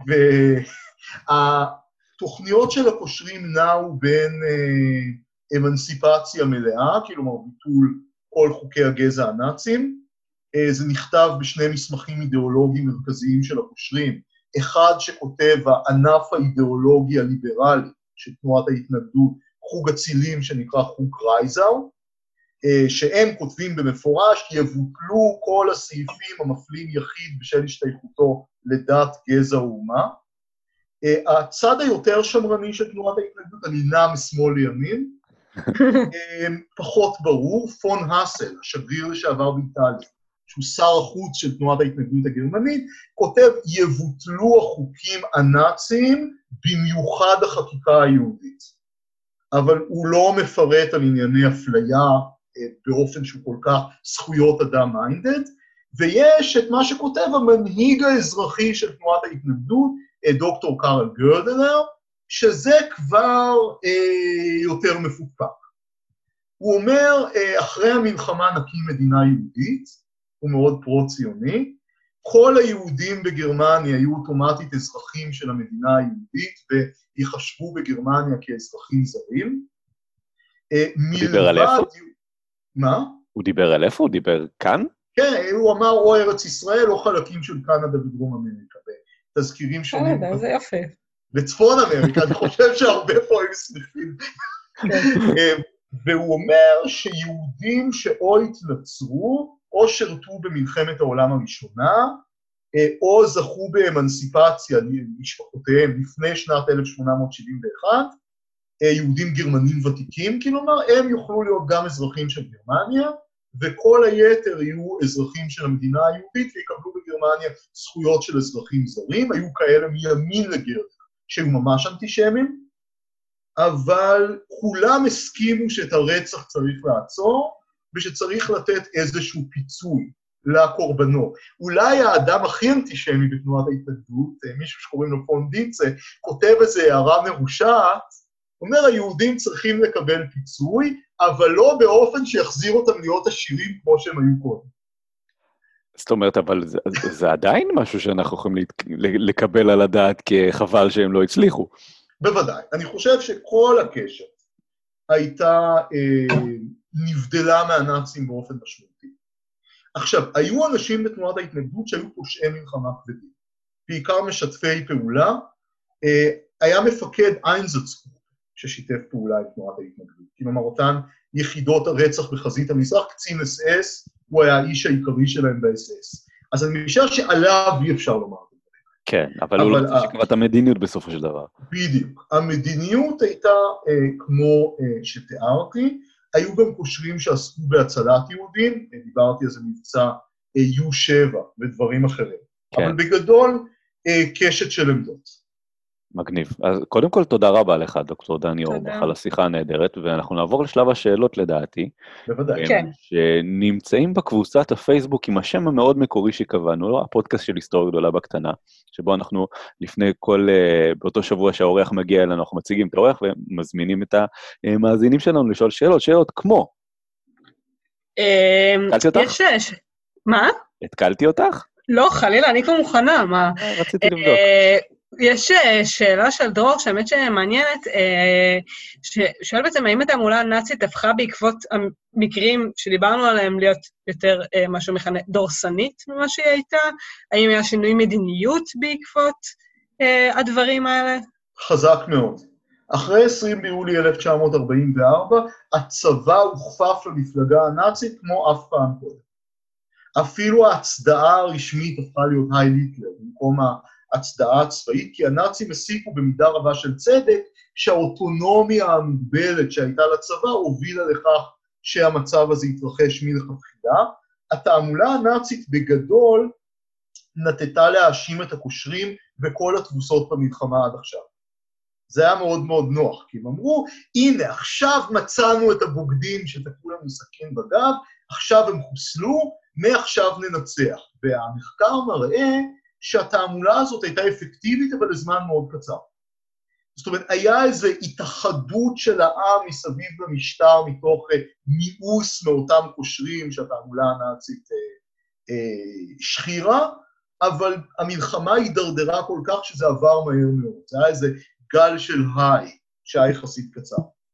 והתוכניות של הקושרים נעו בין אמנסיפציה מלאה, כלומר ביטול כל חוקי הגזע הנאצים, זה נכתב בשני מסמכים אידיאולוגיים מרכזיים של הקושרים, אחד שכותב הענף האידיאולוגי הליברלי של תנועת ההתנגדות, חוג הצילים שנקרא חוג רייזאו, שהם כותבים במפורש, יבוטלו כל הסעיפים המפלים יחיד בשל השתייכותו לדת, גזע ואומה. הצד היותר שמרני של תנועת ההתנגדות, אני נע משמאל לימין, פחות ברור, פון האסל, השגריר לשעבר באיטליה, שהוא שר החוץ של תנועת ההתנגדות הגרמנית, כותב, יבוטלו החוקים הנאציים, במיוחד החקיקה היהודית. אבל הוא לא מפרט על ענייני אפליה באופן שהוא כל כך זכויות אדם מיינדד, ויש את מה שכותב המנהיג האזרחי של תנועת ההתנגדות, דוקטור קארל גרדנר, שזה כבר אה, יותר מפוקפק. הוא אומר, אה, אחרי המלחמה נקים מדינה יהודית, הוא מאוד פרו-ציוני, כל היהודים בגרמניה היו אוטומטית אזרחים של המדינה היהודית, ויחשבו בגרמניה כאזרחים זרים, הוא דיבר על איפה? מה? הוא דיבר על איפה? הוא דיבר כאן? כן, הוא אמר או ארץ ישראל או חלקים של קנדה ודרום אמריקה, תזכירים שונים. קנדה, זה יפה. בצפון אמריקה, אני חושב שהרבה פה היו סניפים. והוא אומר שיהודים שאו התנצרו, או שרתו במלחמת העולם הראשונה, או זכו באמנסיפציה למשפחותיהם לפני שנת אלף שמונה מאות שבעים ואחת, יהודים גרמנים ותיקים, כלומר, הם יוכלו להיות גם אזרחים של גרמניה, וכל היתר יהיו אזרחים של המדינה היהודית, ויקבלו בגרמניה זכויות של אזרחים זרים, היו כאלה מימין לגרמניה, שהיו ממש אנטישמים, אבל כולם הסכימו שאת הרצח צריך לעצור, ושצריך לתת איזשהו פיצוי לקורבנו. אולי האדם הכי אנטישמי בתנועת ההתנגדות, מישהו שקוראים לו פון דיצה, כותב איזו הערה מרושעת, אומר, היהודים צריכים לקבל פיצוי, אבל לא באופן שיחזיר אותם להיות עשירים כמו שהם היו קודם. זאת אומרת, אבל זה, זה עדיין משהו שאנחנו יכולים לקבל על הדעת כחבל שהם לא הצליחו. בוודאי. אני חושב שכל הקשת הייתה, אה, נבדלה מהנאצים באופן משמעותי. עכשיו, היו אנשים בתנועת ההתנגדות שהיו פושעי מלחמה כבדים, בעיקר משתפי פעולה, אה, היה מפקד איינזצקו, ששיתף פעולה עם תנועת ההתנגדות. כלומר, אותן יחידות הרצח בחזית המזרח, קצין אס אס, הוא היה האיש העיקרי שלהם ב-אס אס. אז אני משער שעליו אי אפשר לומר. כן, אבל, אבל הוא לא רוצה שקבע את המדיניות בסופו של דבר. בדיוק. המדיניות הייתה, אה, כמו אה, שתיארתי, היו גם קושרים שעסקו בהצלת יהודים, דיברתי על זה מבצע אה, יו שבע ודברים אחרים. כן. אבל בגדול, אה, קשת של עמדות. מגניב. אז קודם כל, תודה רבה לך, דוקטור דני אורבך, על השיחה הנהדרת, ואנחנו נעבור לשלב השאלות לדעתי. בוודאי. כן. שנמצאים בקבוצת הפייסבוק עם השם המאוד מקורי שקבענו, הפודקאסט של היסטוריה גדולה בקטנה, שבו אנחנו לפני כל, באותו שבוע שהאורח מגיע אלינו, אנחנו מציגים את האורח ומזמינים את המאזינים שלנו לשאול שאלות, שאלות כמו. התקלתי אותך? יש, מה? התקלתי אותך? לא, חלילה, אני כבר מוכנה, מה? רציתי לבדוק. יש שאלה של דרור, שהאמת שמעניינת, ששואל בעצם, האם התעמולה הנאצית הפכה בעקבות המקרים שדיברנו עליהם להיות יותר משהו מכנה דורסנית ממה שהיא הייתה? האם היה שינוי מדיניות בעקבות הדברים האלה? חזק מאוד. אחרי עשרים ביולי אלף תשע מאות ארבעים וארבע, הצבא הוכפף למפלגה הנאצית כמו אף פעם קודם. אפילו ההצדעה הרשמית הפכה להיות היי היטלר, במקום ההצדעה הצבאית, כי הנאצים הסיקו במידה רבה של צדק, שהאוטונומיה המוגבלת שהייתה לצבא הובילה לכך שהמצב הזה התרחש מלכתחילה. התעמולה הנאצית בגדול נטטה להאשים את הקושרים בכל התבוסות במלחמה עד עכשיו. זה היה מאוד מאוד נוח, כי הם אמרו, הנה, עכשיו מצאנו את הבוגדים שתקעו לנו סכין בגב, עכשיו הם חוסלו, מעכשיו ננצח. והמחקר מראה שהתעמולה הזאת הייתה אפקטיבית, אבל לזמן מאוד קצר. זאת אומרת, היה איזו התאחדות של העם מסביב למשטר, מתוך מיאוס מאותם קושרים שהתעמולה הנאצית אה, אה, שחירה, אבל המלחמה הידרדרה כל כך שזה עבר מהר מאוד. זה היה איזה גל של היי, שהיה יחסית קצר.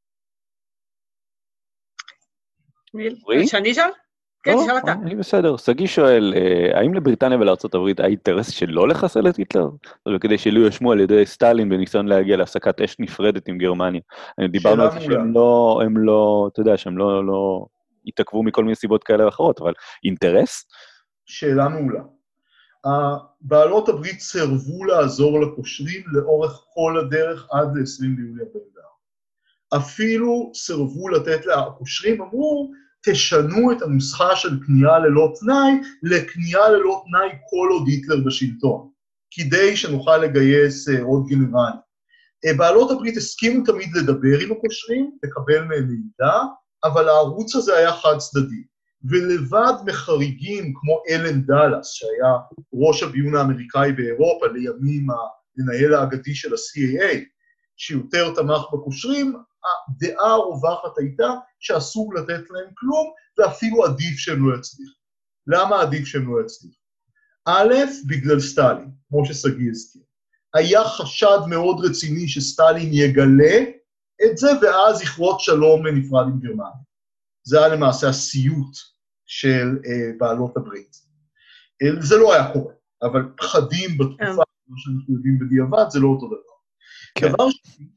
מיל? שאני אשאל? כן, תשאל אתה. אני בסדר. סגי שואל, האם לבריטניה ולארצות הברית האינטרס שלא לחסל את היטלר? וכדי שלא יושמו על ידי סטלין בניסיון להגיע להפסקת אש נפרדת עם גרמניה. דיברנו על זה שהם לא, הם לא, אתה יודע, שהם לא, לא התעכבו מכל מיני סיבות כאלה ואחרות, אבל אינטרס? שאלה מעולה. בעלות הברית סרבו לעזור לקושרים לאורך כל הדרך עד ל-עשרים ביולי ארבעים וארבע. אפילו סרבו לתת לקושרים, אמרו, תשנו את הנוסחה של קנייה ללא תנאי, לקנייה ללא תנאי כל עוד היטלר בשלטון, כדי שנוכל לגייס עוד גנרלים. בעלות הברית הסכימו תמיד לדבר עם הקושרים, לקבל מהם מידע, אבל הערוץ הזה היה חד צדדי. ולבד מחריגים כמו אלן דלס, שהיה ראש הביון האמריקאי באירופה, לימים המנהל האגדי של ה-סי איי איי, שיותר תמך בקושרים, הדעה הרווחת הייתה שאסור לתת להם כלום, ואפילו עדיף שהם לא יצליחו. למה עדיף שהם לא יצליחו? א', בגלל סטלין, כמו שסגי הזכיר. היה חשד מאוד רציני שסטלין יגלה את זה, ואז יכרות שלום נפרד עם גרמניה. זה היה למעשה הסיוט של uh, בעלות הברית. זה לא היה קורה, אבל פחדים בתקופה שאנחנו יודעים בדיעבד, זה לא אותו דבר. כן. דבר שני,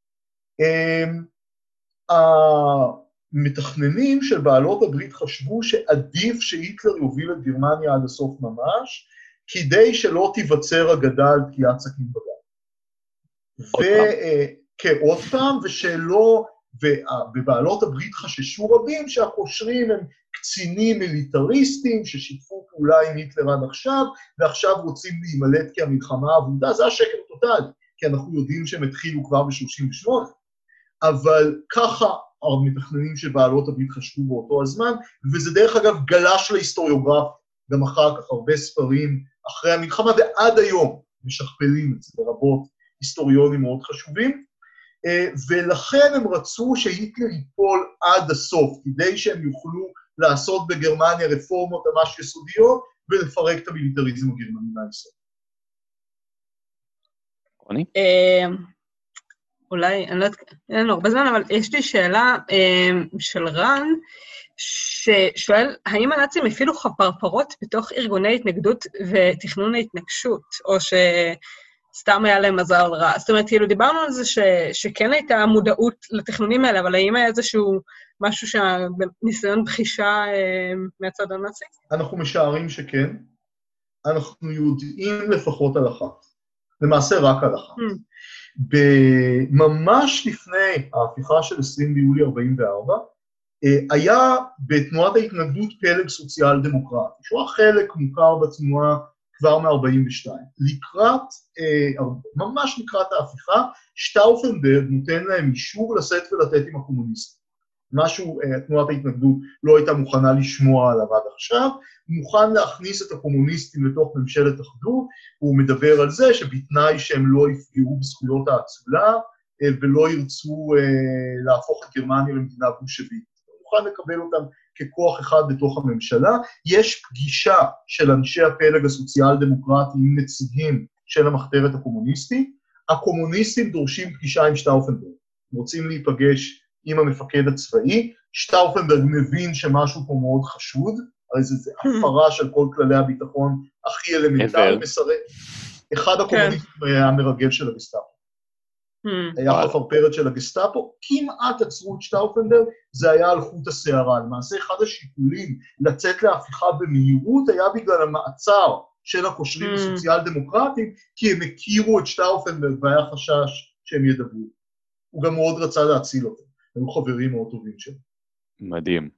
המתכננים של בעלות הברית חשבו שעדיף שהיטלר יוביל את גרמניה עד הסוף ממש, כדי שלא תיווצר אגדה על תקיעת סכין בגב. וכעוד פעם, ושלא, ובבעלות הברית חששו רבים שהקושרים הם קצינים מיליטריסטים ששיתפו פעולה עם היטלר עד עכשיו, ועכשיו רוצים להימלט כי המלחמה עבודה, זה השקר טוטלי, כי אנחנו יודעים שהם התחילו כבר ב-שלושים ושמונה, אבל ככה המתכננים של בעלות הברית חשבו באותו הזמן, וזה דרך אגב גלש להיסטוריוגרף, גם אחר כך הרבה ספרים אחרי המלחמה, ועד היום משכפלים את זה ברבות היסטוריונים מאוד חשובים, ולכן הם רצו שהיטלר ייפול עד הסוף, כדי שהם יוכלו לעשות בגרמניה רפורמות ממש יסודיות, ולפרק את המיליטריזם הגרמני מהיסוד. רוני? אולי, אני לא יודעת, אין לנו הרבה זמן, אבל יש לי שאלה של רן, ששואל, האם הנאצים הפעילו חפרפרות בתוך ארגוני התנגדות ותכנון ההתנגשות, או ש... סתם היה להם מזל רע. זאת אומרת, כאילו, דיברנו על זה ש, שכן הייתה מודעות לתכנונים האלה, אבל האם היה איזשהו משהו שניסיון בחישה אה, מהצד הנאצי? אנחנו משערים שכן. אנחנו יודעים לפחות על אחת. למעשה רק על אחת. Hmm. ממש לפני ההפיכה של עשרים ביולי ארבעים וארבע, אה, היה בתנועת ההתנגדות פלג סוציאל דמוקרטי, שהוא החלק מוכר בתנועה, כבר מ-ארבעים ושתיים. לקראת, אה, ממש לקראת ההפיכה, שטאופנברג נותן להם אישור לשאת ולתת עם הקומוניסטים. משהו, אה, תנועת ההתנגדות לא הייתה מוכנה לשמוע עליו עד עכשיו, מוכן להכניס את הקומוניסטים לתוך ממשלת אחדות, הוא מדבר על זה שבתנאי שהם לא יפגעו בזכויות האצולה, אה, ולא ירצו אה, להפוך את גרמניה למדינה בולשביקית. מוכן לקבל אותם ככוח אחד בתוך הממשלה. יש פגישה של אנשי הפלג הסוציאל-דמוקרטי עם נציגים של המחתרת הקומוניסטית. הקומוניסטים דורשים פגישה עם שטאופנברג. רוצים להיפגש עם המפקד הצבאי. שטאופנברג מבין שמשהו פה מאוד חשוד, הרי זה הפרה של כל כללי הביטחון הכי אלמנטרי, מסרב. אחד הקומוניסטים היה המרגל של הגסטאפו. היה חפרפרת של הגסטאפו, כמעט עצרו את שטאופנברג, זה היה על חוט השערה. למעשה אחד השיקולים לצאת להפיכה במהירות היה בגלל המעצר של הקושרים הסוציאל-דמוקרטיים, כי הם הכירו את שטאופנברג והיה חשש שהם ידברו. הוא גם מאוד רצה להציל אותם, היו חברים מאוד טובים שלו. מדהים.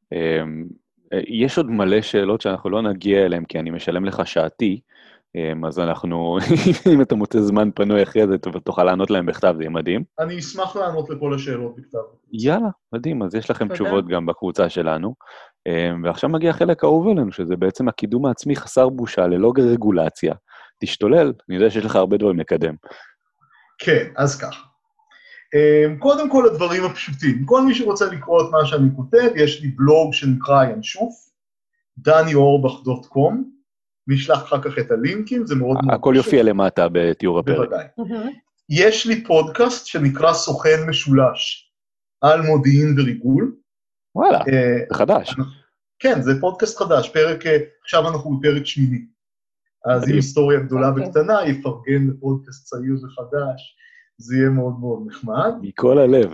יש עוד מלא שאלות שאנחנו לא נגיע אליהן, כי אני משלם לך שעתי, אז אנחנו, אם אתה מוצא זמן פנוי אחרי זה, תוכל לענות להם בכתב, זה יהיה מדהים. אני אשמח לענות לכל השאלות בכתב. יאללה, מדהים, אז יש לכם תשובות גם בקבוצה שלנו. ועכשיו מגיע חלק האהוב עלינו, שזה בעצם הקידום העצמי חסר בושה, ללא רגולציה. תשתולל, אני יודע שיש לך הרבה דברים לקדם. כן, אז ככה. קודם כל הדברים הפשוטים. כל מי שרוצה לקרוא את מה שאני כותב, יש לי בלוג שנקרא ינשוף, דני אורבך דוט קום, נשלח אחר כך את הלינקים, זה מאוד מאוד... הכל יופיע למטה בתיאור הפרק. בוודאי. יש לי פודקאסט שנקרא סוכן משולש, על מודיעין וריגול. וואלה, זה חדש. כן, זה פודקאסט חדש, פרק, עכשיו אנחנו בפרק שמיני. אז עם היסטוריה גדולה וקטנה, יפרגן לפודקאסט צעיר וחדש, זה יהיה מאוד מאוד נחמד. מכל הלב.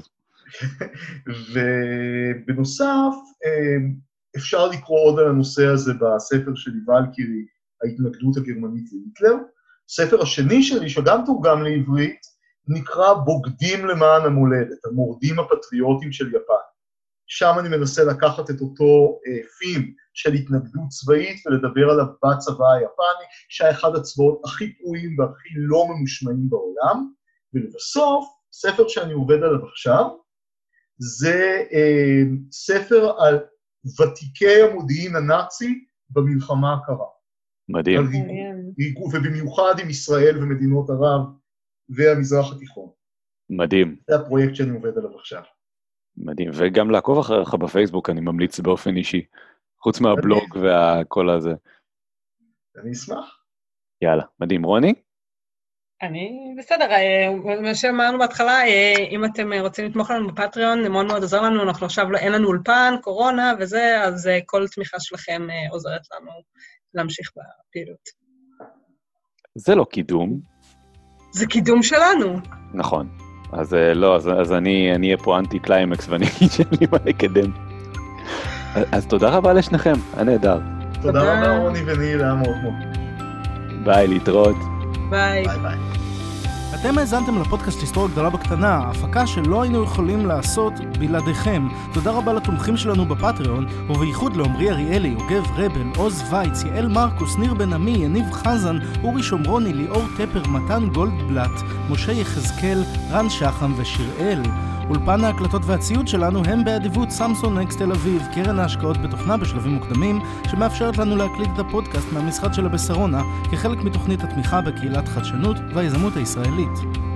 ובנוסף, אפשר לקרוא עוד על הנושא הזה בספר שלי, ולקירי, ההתנגדות הגרמנית להיטלר. הספר השני שלי, שגם תורגם לעברית, נקרא בוגדים למען המולדת, המורדים הפטריוטים של יפן. שם אני מנסה לקחת את אותו אה, פים של התנגדות צבאית, ולדבר עליו בצבא היפני, שהיה אחד הצבאות הכי פרועים והכי לא ממושמעים בעולם. ולבסוף, ספר שאני עובד עליו עכשיו, זה אה, ספר על ותיקי המודיעין הנאצי במלחמה הקרה. מדהים. ריגול, ובמיוחד עם ישראל ומדינות ערב והמזרח התיכון. מדהים. זה הפרויקט שאני עובד עליו עכשיו. מדהים, וגם לעקוב אחריך בפייסבוק, אני ממליץ באופן אישי, חוץ מהבלוג והכל הזה. אני אשמח. יאללה, מדהים. רוני? אני בסדר, מה שאמרנו בהתחלה, אם אתם רוצים לתמוך לנו בפטריון, זה מאוד מאוד עוזר לנו, אנחנו עכשיו אין לנו אולפן, קורונה וזה, אז כל תמיכה שלכם עוזרת לנו להמשיך בפעילות. זה לא קידום. זה קידום שלנו. נכון. אז לא, אז, אז אני אהיה פה אנטי קליימקס, ואני אגיד שאין לי מה לקדם. אז תודה רבה לשניכם, הנהדר. תודה רבה רוני וניל, היה מאוד מאוד. ביי, להתראות. ביי. ביי ביי. אתם האזנתם לפודקאסט היסטוריה גדולה בקטנה, הפקה שלא היינו יכולים לעשות בלעדיכם. תודה רבה לתומכים שלנו בפטריון, ובייחוד לעומרי אריאלי, יוגב רבל, עוז וייץ, יעל מרקוס, ניר בן עמי, יניב חזן, אורי שומרוני, ליאור טפר, מתן גולדבלט, משה יחזקאל, רן שחם ושיראל. אולפן ההקלטות והציוד שלנו הם באדיבות סמסון נקסט תל אביב, קרן ההשקעות בתוכנה בשלבים מוקדמים, שמאפשרת לנו להקליט את הפודקאסט מהמשרד של הבשרונה, כחלק מתוכנית התמיכה בקהילת חדשנות והיזמות הישראלית.